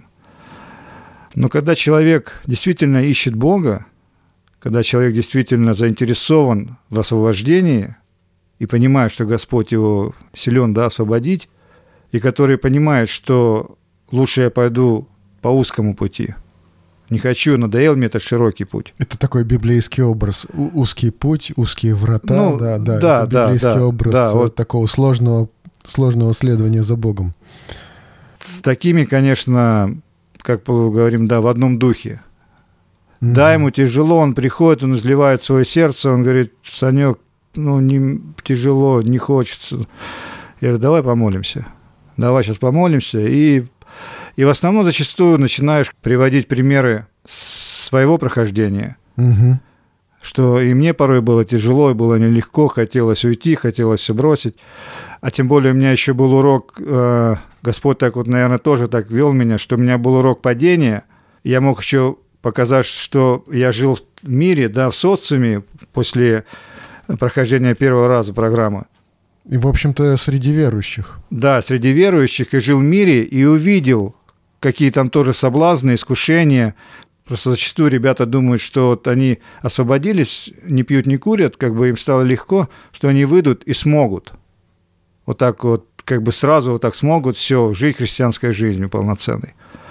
Но когда человек действительно ищет Бога, когда человек действительно заинтересован в освобождении и понимает, что Господь его силен, да, освободить, и который понимает, что лучше я пойду по узкому пути, не хочу, надоел мне этот широкий путь. Это такой библейский образ. Узкий путь, узкие врата. Это библейский образ вот такого сложного следования за Богом. С такими, конечно, как мы говорим, да, в одном духе. Mm-hmm. Да, ему тяжело, он приходит, он изливает свое сердце, он говорит: Санек, не тяжело, не хочется. Я говорю: давай помолимся. Давай сейчас помолимся. И в основном зачастую начинаешь приводить примеры своего прохождения, что и мне порой было тяжело, и было нелегко, хотелось уйти, хотелось все бросить. А тем более у меня еще был урок, Господь так вот, наверное, тоже так вел меня, что у меня был урок падения. Я мог еще показать, что я жил в мире, да, в социуме после прохождения первого раза программы. И, в общем-то, среди верующих. Да, среди верующих, и жил в мире, и увидел, какие там тоже соблазны, искушения. Просто зачастую ребята думают, что вот они освободились, не пьют, не курят, как бы им стало легко, что они выйдут и смогут. Вот так вот, как бы сразу вот так смогут все, жить христианской жизнью полноценной.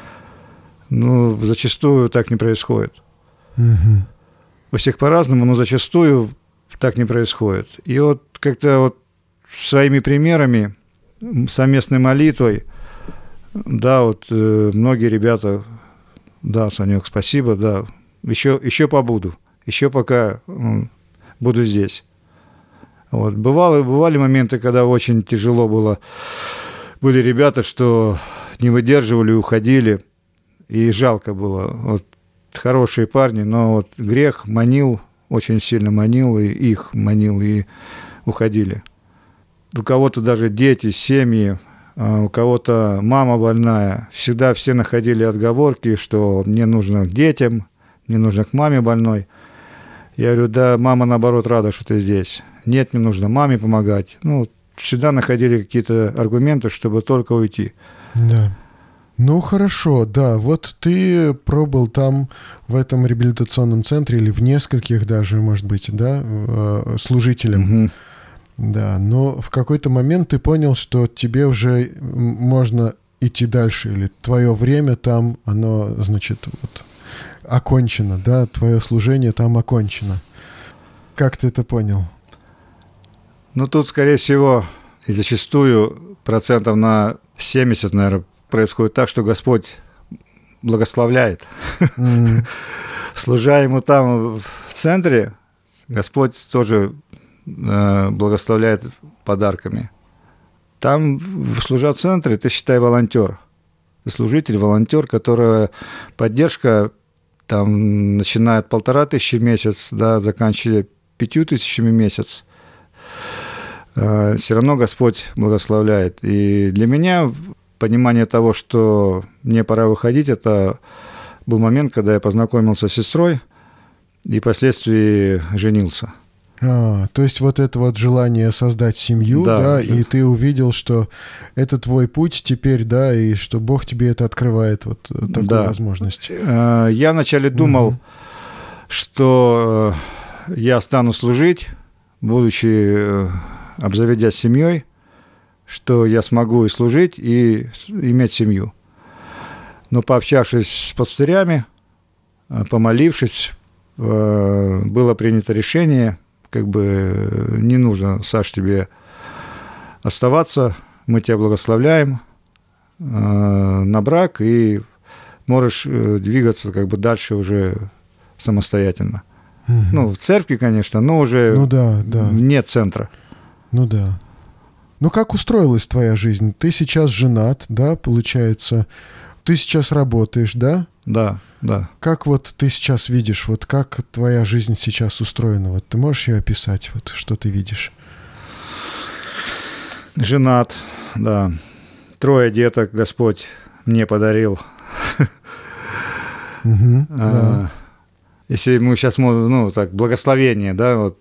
Зачастую так не происходит. Угу. У всех по-разному, но зачастую так не происходит. И вот как-то вот своими примерами, совместной молитвой, да, вот многие ребята, да, Санек, спасибо, да, еще побуду, еще пока буду здесь. Вот. Бывали моменты, когда очень тяжело было. Были ребята, что не выдерживали, уходили, и жалко было. Вот хорошие парни, но вот грех манил, очень сильно манил, и их манил, и уходили. У кого-то даже дети, семьи, у кого-то мама больная. Всегда все находили отговорки, что мне нужно к детям, мне нужно к маме больной. Я говорю: да, мама, наоборот, рада, что ты здесь. Нет, мне нужно маме помогать. Всегда находили какие-то аргументы, чтобы только уйти. Да. Хорошо, да. Вот ты пробыл там, в этом реабилитационном центре, или в нескольких даже, может быть, да, служителем. Угу. Да, но в какой-то момент ты понял, что тебе уже можно идти дальше, или твое время там, оно, значит, вот окончено, да, твое служение там окончено. Как ты это понял? Тут, скорее всего, и зачастую процентов на 70, наверное, происходит так, что Господь благословляет. Служа Ему там в центре, Господь тоже благословляет подарками. Там, служа в центре, ты, считай, волонтер. Ты служитель, волонтер, которого поддержка там, начиная от 1500 в месяц, да, заканчивая 5000 в месяц, все равно Господь благословляет. И для меня понимание того, что мне пора выходить, это был момент, когда я познакомился с сестрой и впоследствии женился. То есть вот это вот желание создать семью, да, и ты увидел, что это твой путь теперь, да, и что Бог тебе это открывает, вот такую возможность. Я вначале думал, что я стану служить, будучи обзаведясь семьей, что я смогу и служить, и иметь семью. Но пообщавшись с пастырями, помолившись, было принято решение, как бы не нужно, Саш, тебе оставаться, мы тебя благословляем на брак, и можешь двигаться как бы дальше уже самостоятельно. Ну, в церкви, конечно, но уже вне центра. Ну да. Ну как устроилась твоя жизнь? Ты сейчас женат, да, получается? Ты сейчас работаешь, да? Да, да. Как вот ты сейчас видишь, вот как твоя жизнь сейчас устроена? Вот ты можешь ее описать, вот что ты видишь? Женат, да. 3 деток Господь мне подарил. Да. Если мы сейчас, ну, так, благословение, да, вот,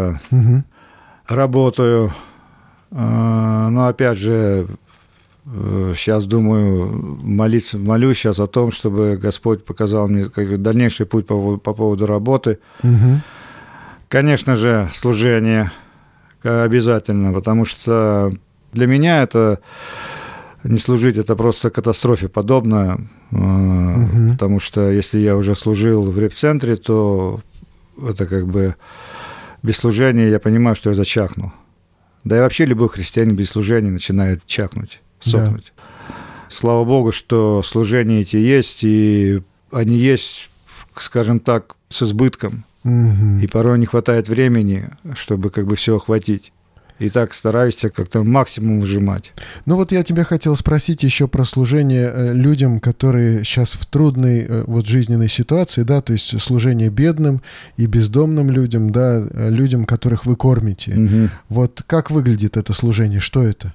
работаю, но, опять же, сейчас думаю, молюсь сейчас о том, чтобы Господь показал мне дальнейший путь по поводу работы. Конечно же, служение обязательно, потому что для меня это не служить, это просто катастрофе подобно, потому что если я уже служил в реп-центре, то это как бы без служения я понимаю, что я зачахну. Да и вообще любой христианин без служения начинает чахнуть, сохнуть. Да. Слава Богу, что служения эти есть, и они есть, скажем так, с избытком. И порой не хватает времени, чтобы как бы все охватить. И так стараешься как-то максимум выжимать. Ну вот я тебя хотел спросить еще про служение людям, которые сейчас в трудной вот жизненной ситуации, да, то есть служение бедным и бездомным людям, да, людям, которых вы кормите. Вот как выглядит это служение, что это?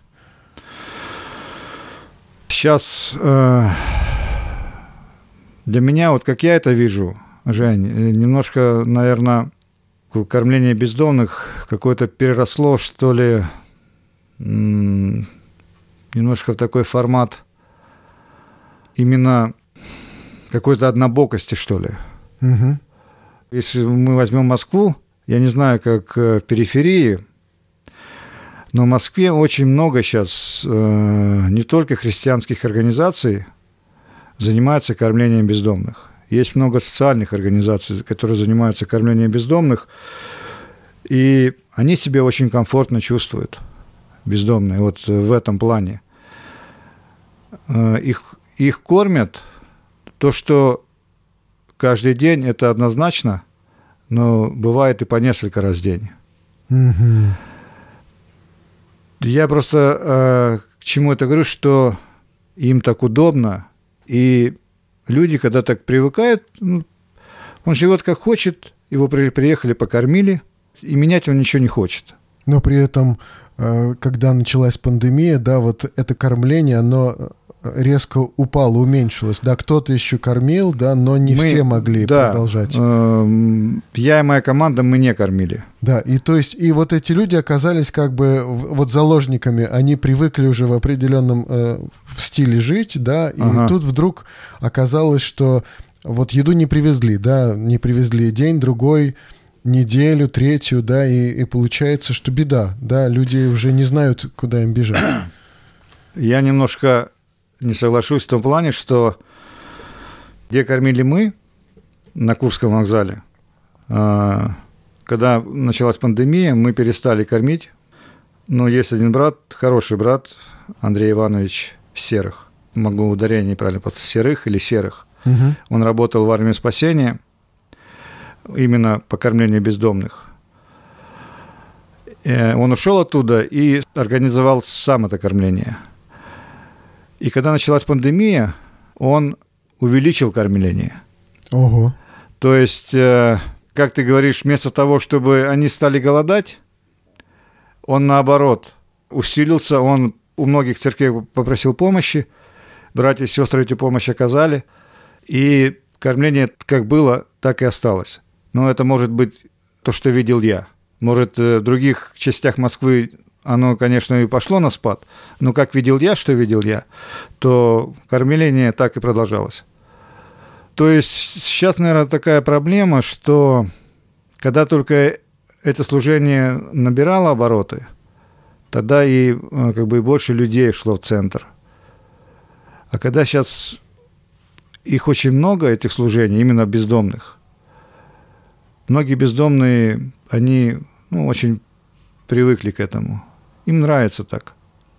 Сейчас для меня, вот как я это вижу, Жень, немножко, наверное, кормление бездомных какое-то переросло, что ли, немножко в такой формат именно какой-то однобокости, что ли. Если мы возьмем Москву, я не знаю, как в периферии, но в Москве очень много сейчас не только христианских организаций занимаются кормлением бездомных. Есть много социальных организаций, которые занимаются кормлением бездомных, и они себя очень комфортно чувствуют, бездомные, вот в этом плане. Их кормят, то, что каждый день, это однозначно, но бывает и по несколько раз в день. Я просто к чему это говорю, что им так удобно, и люди, когда так привыкают, он живет как хочет, его приехали, покормили, и менять он ничего не хочет. Но при этом, когда началась пандемия, да, вот это кормление, оно резко упало, уменьшилось. Да, кто-то еще кормил, да, но не все могли продолжать. Я и моя команда, мы не кормили. Да, и то есть, и вот эти люди оказались как бы вот заложниками, они привыкли уже в определенном стиле жить, да, и тут вдруг оказалось, что вот еду не привезли, да, не привезли день, другой, неделю, третью, да, и получается, что беда, да, люди уже не знают, куда им бежать. Я немножко не соглашусь в том плане, что где кормили мы, на Курском вокзале, когда началась пандемия, мы перестали кормить, но есть один брат, хороший брат, Андрей Иванович Серых, могу ударение неправильно поставить, Серых или Серых, он работал в армии спасения, именно по кормлению бездомных. Он ушел оттуда и организовал сам это кормление. И когда началась пандемия, он увеличил кормление. Ого. То есть, как ты говоришь, вместо того, чтобы они стали голодать, он наоборот усилился, он у многих церквей попросил помощи, братья и сестры эту помощь оказали, и кормление как было, так и осталось. Но это может быть то, что видел я. Может, в других частях Москвы оно, конечно, и пошло на спад, но как видел я, что видел я, то кормление так и продолжалось. То есть сейчас, наверное, такая проблема, что когда только это служение набирало обороты, тогда и как бы больше людей шло в центр. А когда сейчас их очень много, этих служений, именно бездомных, многие бездомные, они очень привыкли к этому. Им нравится так.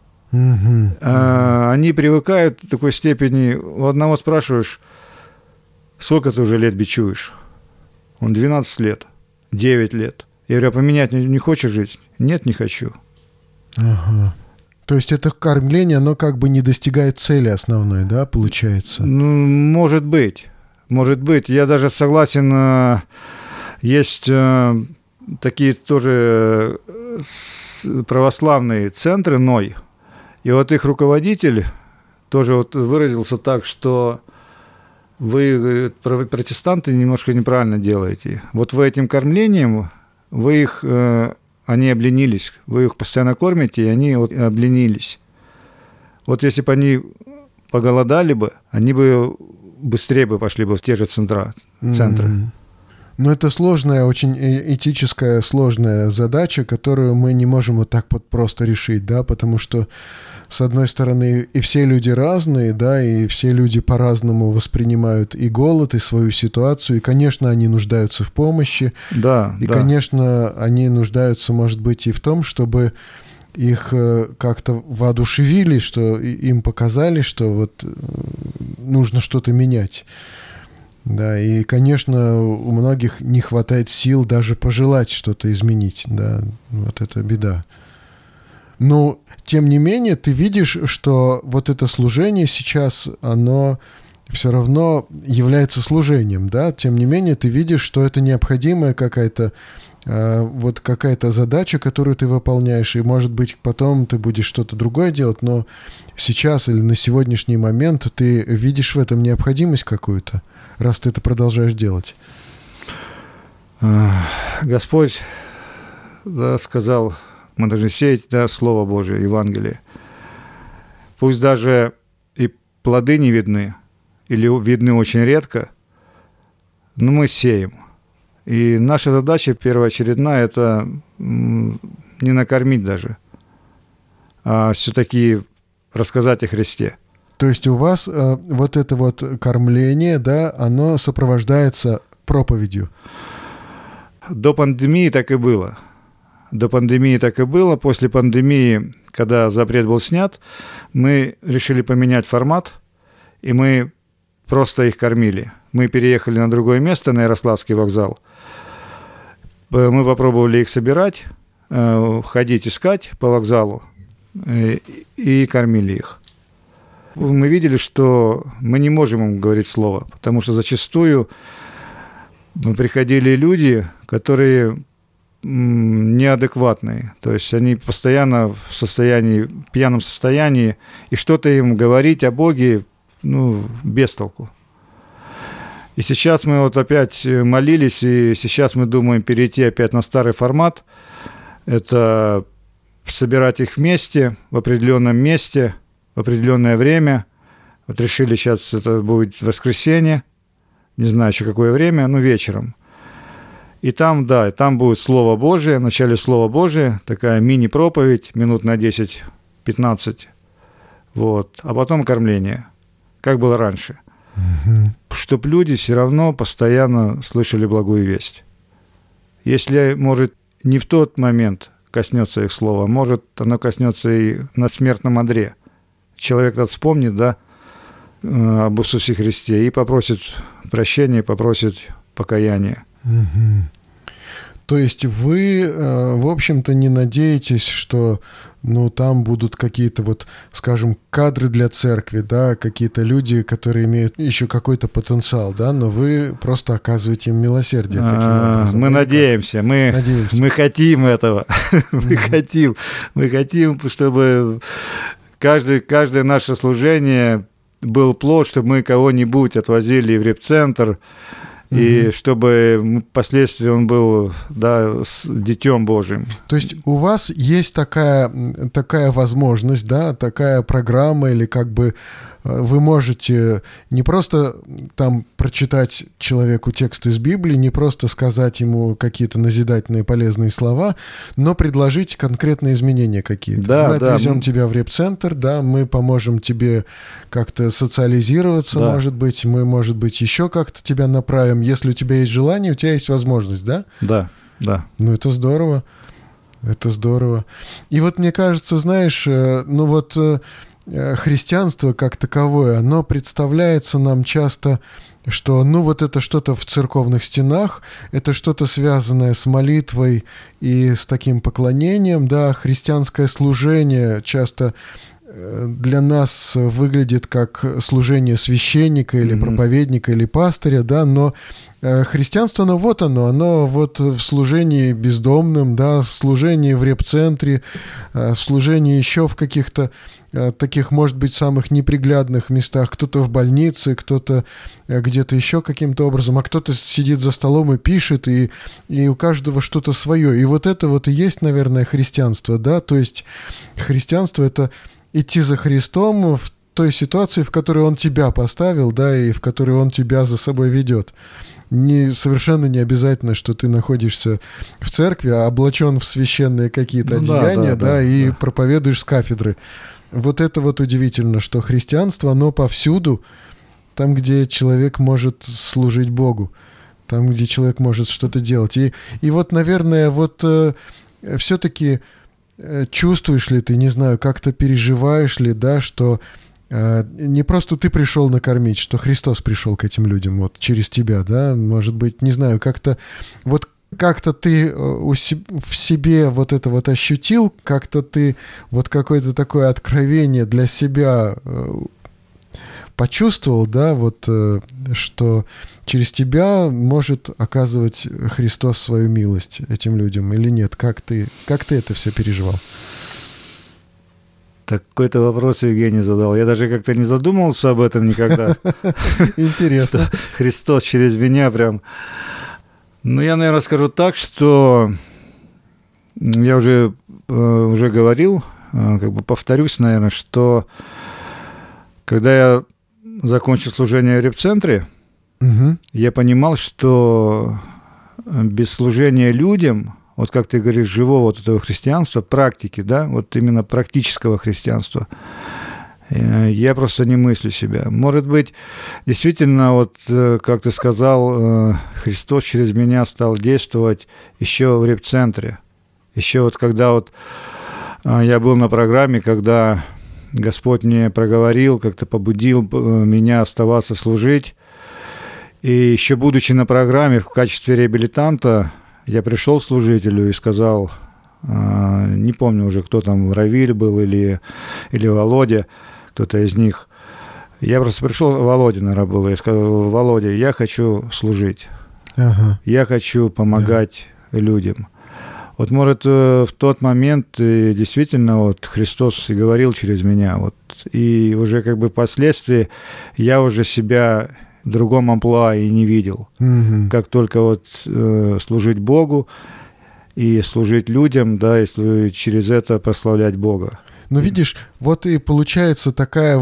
Они привыкают до такой степени. У одного спрашиваешь, сколько ты уже лет бичуешь? Он 12 лет, 9 лет. Я говорю, а поменять не хочешь жить? Нет, не хочу. Ага. То есть это кормление, оно как бы не достигает цели основной, да, получается? Может быть. Может быть. Я даже согласен, есть такие тоже православные центры, НОЙ. И вот их руководитель тоже вот выразился так, что вы, протестанты, немножко неправильно делаете. Вот вы этим кормлением, вы их, они обленились, вы их постоянно кормите, и они вот обленились. Вот если бы они поголодали бы, они бы быстрее бы пошли бы в те же центры. Но это сложная, очень этическая, сложная задача, которую мы не можем вот так вот просто решить, да, потому что, с одной стороны, и все люди разные, да, и все люди по-разному воспринимают и голод, и свою ситуацию, и, конечно, они нуждаются в помощи, да, и, конечно, они нуждаются, может быть, и в том, чтобы их как-то воодушевили, что им показали, что вот нужно что-то менять. Да, и, конечно, у многих не хватает сил даже пожелать что-то изменить, да, вот это беда. Но, тем не менее, ты видишь, что вот это служение сейчас, оно все равно является служением, да, тем не менее, ты видишь, что это необходимая какая-то вот какая-то задача, которую ты выполняешь, и, может быть, потом ты будешь что-то другое делать, но сейчас или на сегодняшний момент ты видишь в этом необходимость какую-то, раз ты это продолжаешь делать. Господь, да, сказал, мы должны сеять, да, Слово Божие, Евангелие. Пусть даже и плоды не видны, или видны очень редко, но мы сеем. И наша задача первоочередная – это не накормить даже, а все-таки рассказать о Христе. То есть у вас вот это вот кормление, да, оно сопровождается проповедью? До пандемии так и было. До пандемии так и было. После пандемии, когда запрет был снят, мы решили поменять формат, и мы просто их кормили. Мы переехали на другое место, на Ярославский вокзал. Мы попробовали их собирать, ходить искать по вокзалу и кормили их. Мы видели, что мы не можем им говорить слово, потому что зачастую приходили люди, которые неадекватные, то есть они постоянно в состоянии, пьяном состоянии, и что-то им говорить о Боге, без толку. И сейчас мы вот опять молились, и сейчас мы думаем перейти опять на старый формат. Это собирать их вместе, в определенном месте, в определенное время. Вот решили сейчас, это будет воскресенье, не знаю еще какое время, вечером. И там, да, там будет Слово Божие, в начале Слово Божие, такая мини-проповедь, минут на 10-15, вот, а потом кормление, как было раньше. Чтобы люди все равно постоянно слышали благую весть. Если, может, не в тот момент коснется их слова, может, оно коснется и на смертном одре. Человек вспомнит, да, об Иисусе Христе и попросит прощения, попросит покаяния. То есть вы, в общем-то, не надеетесь, что там будут какие-то скажем, кадры для церкви, да, какие-то люди, которые имеют еще какой-то потенциал, да, но вы просто оказываете им милосердие таким образом. Мы надеемся, мы хотим этого, мы хотим, чтобы каждое наше служение был плод, чтобы мы кого-нибудь отвозили в репцентр, и чтобы впоследствии он был, с Детем Божьим. То есть у вас есть такая возможность, да, такая программа, или вы можете не просто там прочитать человеку текст из Библии, не просто сказать ему какие-то назидательные полезные слова, но предложить конкретные изменения какие-то. Да, мы отвезем тебя в репцентр, да, мы поможем тебе как-то социализироваться, может быть, мы, может быть, еще как-то тебя направим. Если у тебя есть желание, у тебя есть возможность, да? Да. Это здорово. Это здорово. И мне кажется, знаешь, христианство как таковое, оно представляется нам часто, что, это что-то в церковных стенах, это что-то связанное с молитвой и с таким поклонением, да, христианское служение часто для нас выглядит как служение священника или проповедника или пастыря, да, но христианство, оно в служении бездомным, да, в служении в репцентре, в служении еще в каких-то таких, может быть, самых неприглядных местах. Кто-то в больнице, кто-то где-то еще каким-то образом, а кто-то сидит за столом и пишет, и у каждого что-то свое. И это и есть, наверное, христианство, да, то есть христианство — это идти за Христом в той ситуации, в которой Он тебя поставил, да, и в которой Он тебя за собой ведет. Совершенно не обязательно, что ты находишься в церкви, а облачен в священные какие-то одеяния, и проповедуешь с кафедры. Это удивительно, что христианство, оно повсюду, там, где человек может служить Богу, там, где человек может что-то делать. И наверное, все-таки чувствуешь ли ты, не знаю, как-то переживаешь ли, да, что не просто ты пришел накормить, что Христос пришел к этим людям через тебя, да, может быть, не знаю, как-то ты в себе это ощутил, как-то ты какое-то такое откровение для себя почувствовал, да, что через тебя может оказывать Христос свою милость этим людям или нет? Как ты это все переживал? Такой-то вопрос Евгений задал. Я даже как-то не задумывался об этом никогда. Интересно. Христос через меня прям... я, наверное, скажу так, что я уже говорил, повторюсь, наверное, что когда я закончил служение в репцентре, я понимал, что без служения людям, как ты говоришь, живого этого христианства, практики, да, именно практического христианства, я просто не мыслю себя. Может быть, действительно, как ты сказал, Христос через меня стал действовать еще в репцентре. Еще когда я был на программе, когда Господь мне проговорил, как-то побудил меня оставаться служить. И еще будучи на программе в качестве реабилитанта, я пришел к служителю и сказал, не помню уже, кто там, Равиль был или Володя, кто-то из них. Я просто пришел, Володя, наверное, был, я сказал: Володя, я хочу служить, я хочу помогать людям. Может, в тот момент действительно Христос и говорил через меня, и уже впоследствии я уже себя в другом амплуа и не видел. Как только служить Богу и служить людям, да, и через это прославлять Бога. Видишь, и получается такая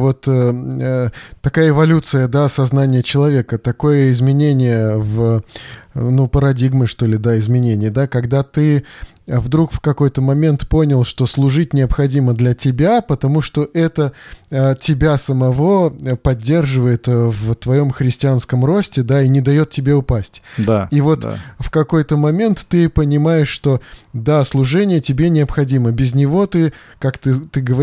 такая эволюция, да, сознания человека, такое изменение в парадигмы, что ли, да, изменение, да, когда ты вдруг в какой-то момент понял, что служить необходимо для тебя, потому что это тебя самого поддерживает в твоем христианском росте, да, и не дает тебе упасть. Да. И в какой-то момент ты понимаешь, что да, служение тебе необходимо. Без него ты, как ты говорил уже,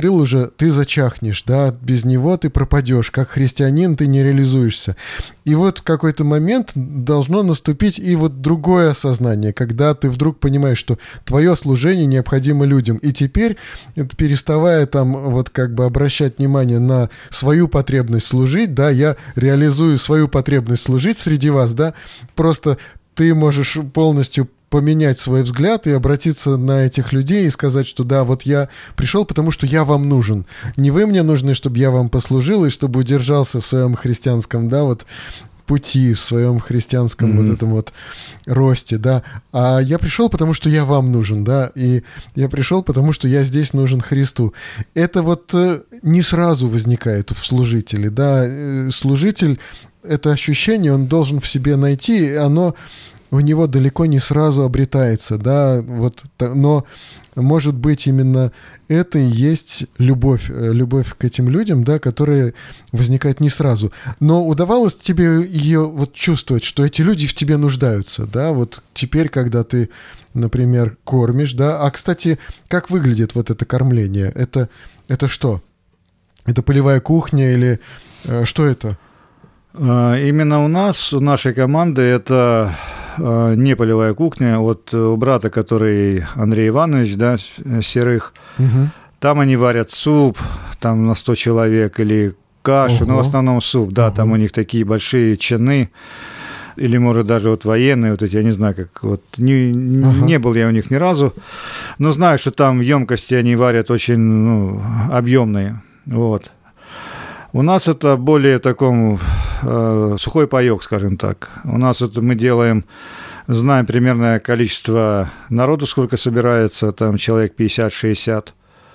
ты зачахнешь, да, без него ты пропадешь, как христианин ты не реализуешься. И вот в какой-то момент должно наступить и вот другое осознание, когда ты вдруг понимаешь, что твое служение необходимо людям. И теперь, переставая там вот как бы обращать внимание на свою потребность служить, да, я реализую свою потребность служить среди вас, да, просто ты можешь полностью поменять свой взгляд и обратиться на этих людей и сказать, что да, вот я пришел, потому что я вам нужен. Не вы мне нужны, чтобы я вам послужил и чтобы удержался в своем христианском, да, вот пути, в своем христианском вот этом вот росте, да. А я пришел, потому что я вам нужен, да, и я пришел, потому что я здесь нужен Христу. Это вот не сразу возникает в служителе, да. Служитель, это ощущение он должен в себе найти, и оно у него далеко не сразу обретается, да, вот, но, может быть, именно это и есть любовь к этим людям, да, которая возникает не сразу. Но удавалось тебе ее вот чувствовать, что эти люди в тебе нуждаются, да, вот теперь, когда ты, например, кормишь, да, а, кстати, как выглядит вот это кормление? Это что? Это полевая кухня или что это? Именно у нас, у нашей команды, это не полевая кухня. Вот у брата, который Андрей Иванович, да, Серых, там они варят суп, там на 100 человек, или кашу, но в основном суп, да, там у них такие большие чаны, или, может, даже вот военные, вот эти, я не знаю, как вот, не был я у них ни разу, но знаю, что там емкости они варят очень объемные, вот. У нас это более таком сухой паёк, скажем так. У нас это мы делаем, знаем примерное количество народу, сколько собирается, там человек 50-60.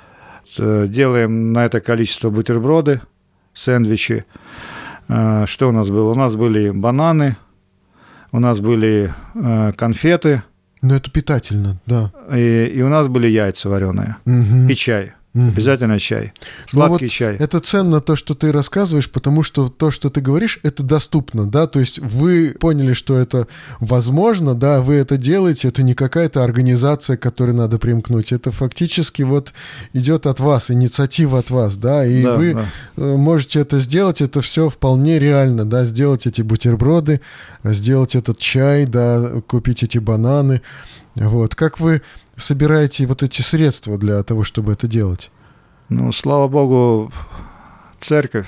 Делаем на это количество бутерброды, сэндвичи. Что у нас было? У нас были бананы, у нас были конфеты. Ну, это питательно, да. И у нас были яйца вареные, и чай. Обязательно чай. Сладкий чай. Это ценно то, что ты рассказываешь, потому что то, что ты говоришь, это доступно, да, то есть вы поняли, что это возможно, да, вы это делаете, это не какая-то организация, к которой надо примкнуть, это фактически вот идет от вас, инициатива от вас, да, и вы можете это сделать, это все вполне реально, да, сделать эти бутерброды, сделать этот чай, да, купить эти бананы, вот. Как вы собираете вот эти средства для того, чтобы это делать? Ну, слава богу, церковь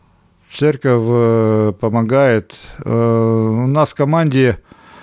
помогает. У нас в команде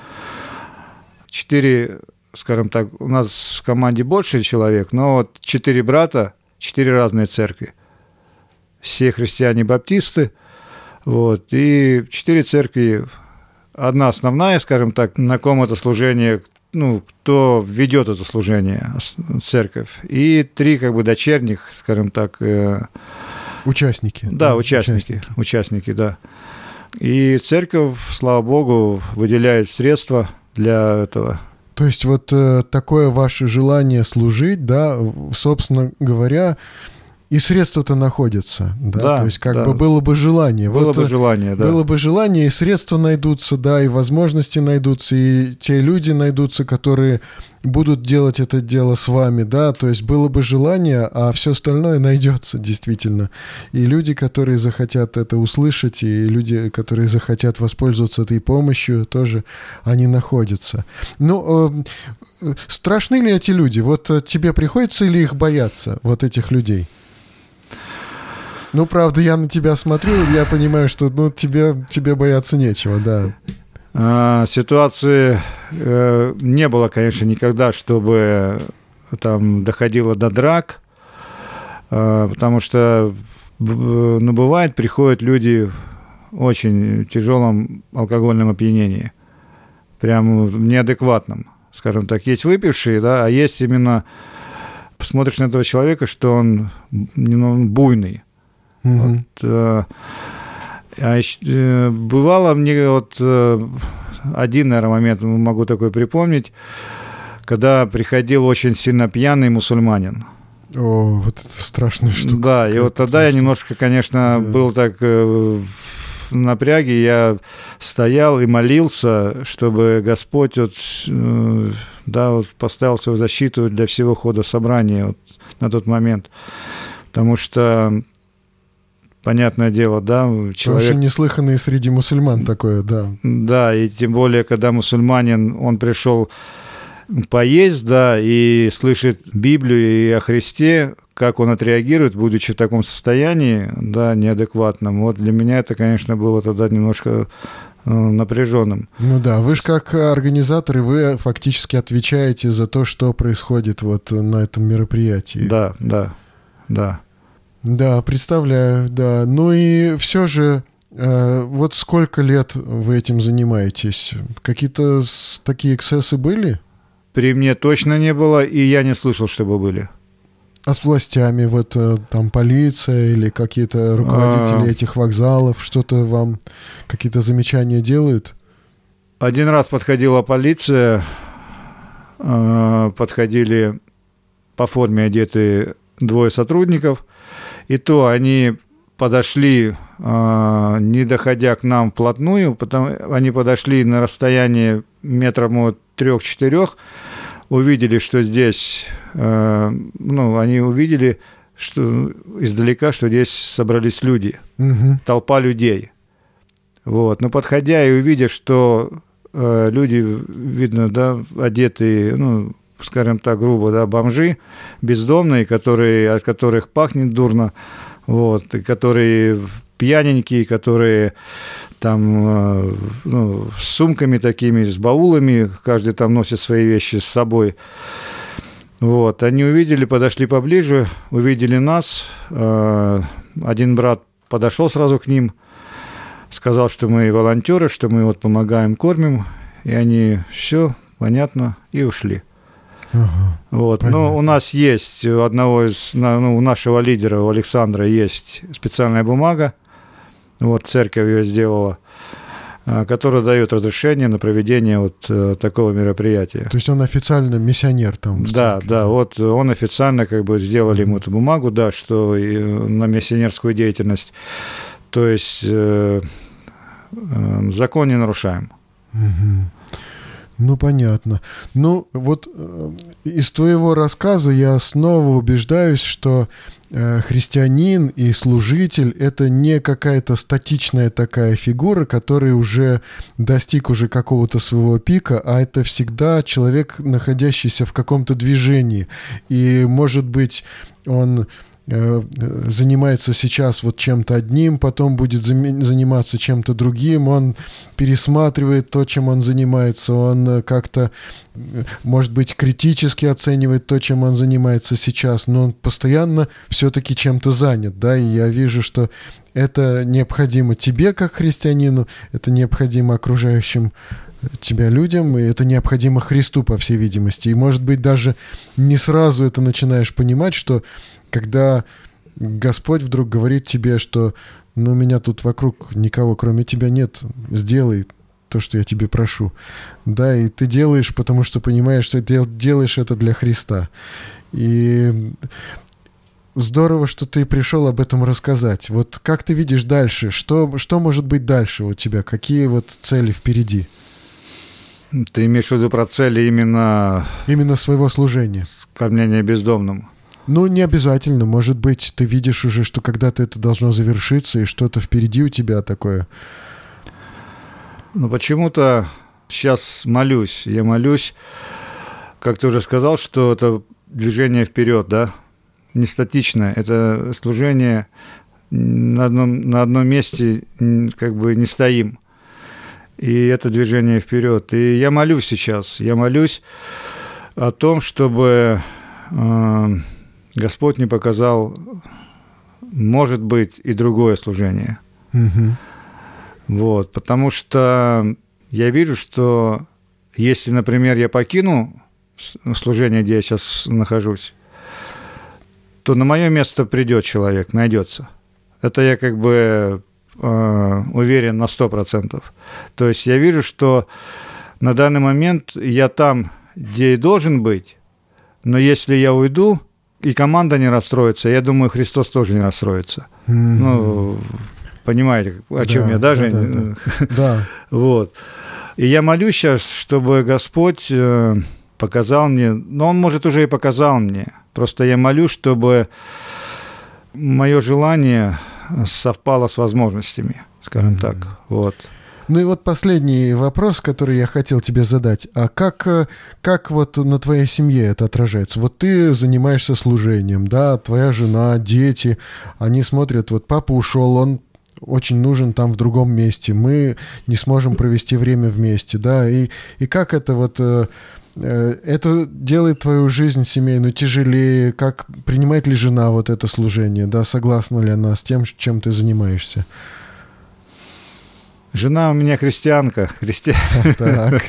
4, скажем так, у нас в команде больше человек, но вот 4 брата, 4 разные церкви. Все христиане-баптисты, вот, и 4 церкви. Одна основная, скажем так, на ком это служение, кто ведет это служение, церковь, и 3 как бы дочерних, скажем так, участники. Да, участники, да. И церковь, слава богу, выделяет средства для этого. То есть вот такое ваше желание служить, да, собственно говоря, и средства-то находятся, да, то есть как бы было бы желание. Было бы желание, да. Было бы желание, и средства найдутся, да, и возможности найдутся, и те люди найдутся, которые будут делать это дело с вами, да, то есть было бы желание, а все остальное найдется действительно. И люди, которые захотят это услышать, и люди, которые захотят воспользоваться этой помощью, тоже они находятся. Ну, страшны ли эти люди? Вот тебе приходится или их бояться, вот этих людей? Ну, правда, я на тебя смотрю, я понимаю, что тебе бояться нечего, да. Ситуации не было, конечно, никогда, чтобы там доходило до драк, потому что, бывает, приходят люди в очень тяжелом алкогольном опьянении, прям в неадекватном, скажем так. Есть выпившие, да, а есть именно, посмотришь на этого человека, что он буйный. Вот, бывало мне один, наверное, момент могу такой припомнить, когда приходил очень сильно пьяный мусульманин. О, вот это страшная штука. Да, и вот тогда я немножко, конечно, был так в напряге, я стоял и молился, чтобы Господь поставил свою защиту для всего хода собрания на тот момент. Потому что, понятное дело, да, человек... Вообще неслыханное среди мусульман такое, да. Да, и тем более, когда мусульманин, он пришел поесть, да, и слышит Библию и о Христе, как он отреагирует, будучи в таком состоянии, да, неадекватном. Вот для меня это, конечно, было тогда немножко напряженным. Ну да, вы же как организаторы, вы фактически отвечаете за то, что происходит вот на этом мероприятии. Да, да, да. Да, представляю, да. Ну и все же, вот сколько лет вы этим занимаетесь? Какие-то такие эксцессы были? При мне точно не было, и я не слышал, чтобы были. А с властями, вот там полиция или какие-то руководители этих вокзалов, что-то вам, какие-то замечания делают? Один раз подходила полиция, подходили по форме одетые 2 сотрудников, и то они подошли, не доходя к нам вплотную, они подошли на расстояние метров 3-4, увидели, что здесь, они увидели, что издалека, что здесь собрались люди, толпа людей. Вот. Но подходя и увидя, что люди, видно, да, одетые, скажем так, грубо, да, бомжи, бездомные, от которых пахнет дурно, вот, и которые пьяненькие, которые там, с сумками такими, с баулами, каждый там носит свои вещи с собой. Вот, они увидели, подошли поближе, увидели нас, один брат подошел сразу к ним, сказал, что мы волонтеры, что мы вот помогаем, кормим, и они, все, понятно, и ушли. Ага, вот. Но у нас есть, у нашего лидера, у Александра, есть специальная бумага, вот церковь ее сделала, которая дает разрешение на проведение вот такого мероприятия. То есть он официально миссионер там? Да, да, вот он официально как бы сделали ему эту бумагу, да, что на миссионерскую деятельность, то есть закон не нарушаем. Ну, понятно. Ну, вот из твоего рассказа я снова убеждаюсь, что христианин и служитель — это не какая-то статичная такая фигура, который уже достиг уже какого-то своего пика, а это всегда человек, находящийся в каком-то движении. И, может быть, он занимается сейчас вот чем-то одним, потом будет заниматься чем-то другим, он пересматривает то, чем он занимается, он как-то, может быть, критически оценивает то, чем он занимается сейчас, но он постоянно все-таки чем-то занят, да, и я вижу, что это необходимо тебе, как христианину, это необходимо окружающим тебя людям, и это необходимо Христу, по всей видимости. И, может быть, даже не сразу это начинаешь понимать, что когда Господь вдруг говорит тебе, что у меня тут вокруг никого, кроме тебя, нет, сделай то, что я тебе прошу. Да, и ты делаешь, потому что понимаешь, что ты делаешь это для Христа. И здорово, что ты пришел об этом рассказать. Вот как ты видишь дальше? Что может быть дальше у тебя? Какие вот цели впереди? Ты имеешь в виду про цели именно своего служения? Кормления бездомным? Ну, не обязательно. Может быть, ты видишь уже, что когда-то это должно завершиться, и что-то впереди у тебя такое. Ну, почему-то сейчас молюсь. Я молюсь, как ты уже сказал, что это движение вперед, да? Не статичное. Это служение на одном месте, как бы не стоим. И это движение вперед. И я молюсь сейчас. Я молюсь о том, чтобы Господь мне показал, может быть, и другое служение. Угу. Вот, потому что я вижу, что если, например, я покину служение, где я сейчас нахожусь, то на мое место придет человек, найдется. Это я как бы уверен на 100%. То есть я вижу, что на данный момент я там, где и должен быть, но если я уйду, и команда не расстроится, я думаю, Христос тоже не расстроится. Mm-hmm. Ну, понимаете, о чем я даже... Да. Вот. И я молюсь сейчас, чтобы Господь показал мне, но Он, может, уже и показал мне, просто я молюсь, чтобы мое желание совпало с возможностями, скажем так. Вот. Ну и вот последний вопрос, который я хотел тебе задать. А как вот на твоей семье это отражается? Вот ты занимаешься служением, да, твоя жена, дети, они смотрят, вот папа ушел, он очень нужен там в другом месте, мы не сможем провести время вместе, да, и как это вот... Это делает твою жизнь семейную тяжелее? Как принимает ли жена вот это служение? Да, согласна ли она с тем, чем ты занимаешься? Жена у меня христианка. Так.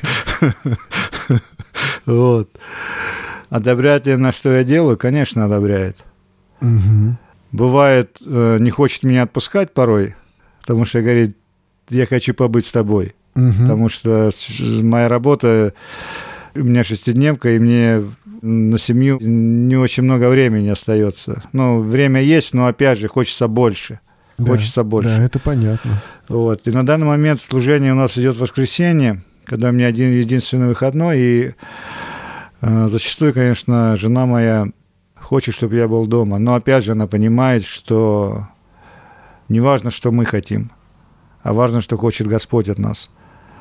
Вот. Одобряет ли она, что я делаю? Конечно, одобряет. Угу. Бывает, не хочет меня отпускать порой, потому что говорит, я хочу побыть с тобой. Угу. Потому что моя работа, у меня 6-дневка, и мне на семью не очень много времени остается. Ну, время есть, но опять же хочется больше. Да, хочется больше. Да, это понятно. Вот. И на данный момент служение у нас идет в воскресенье, когда у меня один единственный выходной, и зачастую, конечно, жена моя хочет, чтобы я был дома, но опять же она понимает, что не важно, что мы хотим, а важно, что хочет Господь от нас.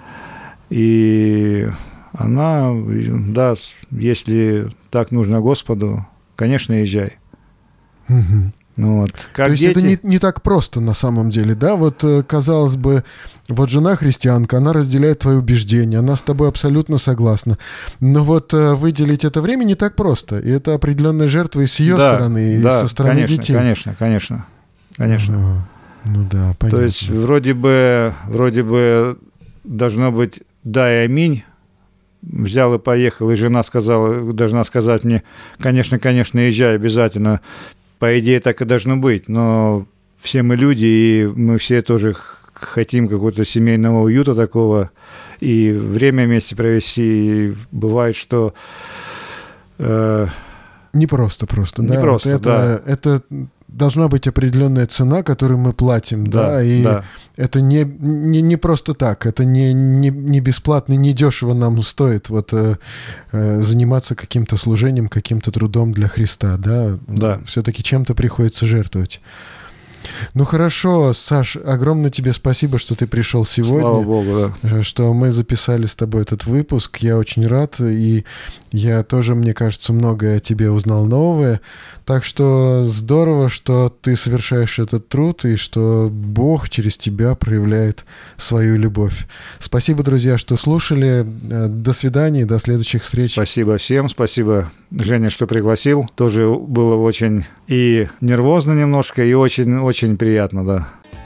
И она, да, если так нужно Господу, конечно, езжай. Угу. Ну, вот. Как то есть дети... это не так просто на самом деле, да? Вот, казалось бы, вот жена христианка, она разделяет твои убеждения, она с тобой абсолютно согласна. Но вот выделить это время не так просто. И это определенная жертва и с ее стороны, и со стороны детей. Конечно. Ну да, понятно. То есть вроде бы должно быть «да» и «аминь». Взял и поехал, и жена должна сказать мне, конечно, езжай обязательно. По идее, так и должно быть, но все мы люди, и мы все тоже хотим какого-то семейного уюта такого, и время вместе провести. И бывает, что... Не просто, не да? просто, вот да. Это должна быть определенная цена, которую мы платим, да, и это не просто так, это не бесплатно, не дешево нам стоит вот заниматься каким-то служением, каким-то трудом для Христа, да. Все-таки чем-то приходится жертвовать. Ну хорошо, Саш, огромное тебе спасибо, что ты пришел сегодня. Слава Богу, да. Что мы записали с тобой этот выпуск. Я очень рад, и я тоже, мне кажется, многое о тебе узнал новое. Так что здорово, что ты совершаешь этот труд, и что Бог через тебя проявляет свою любовь. Спасибо, друзья, что слушали. До свидания, до следующих встреч. Спасибо всем, спасибо, Женя, что пригласил. Тоже было очень и нервозно немножко, и очень приятно, да.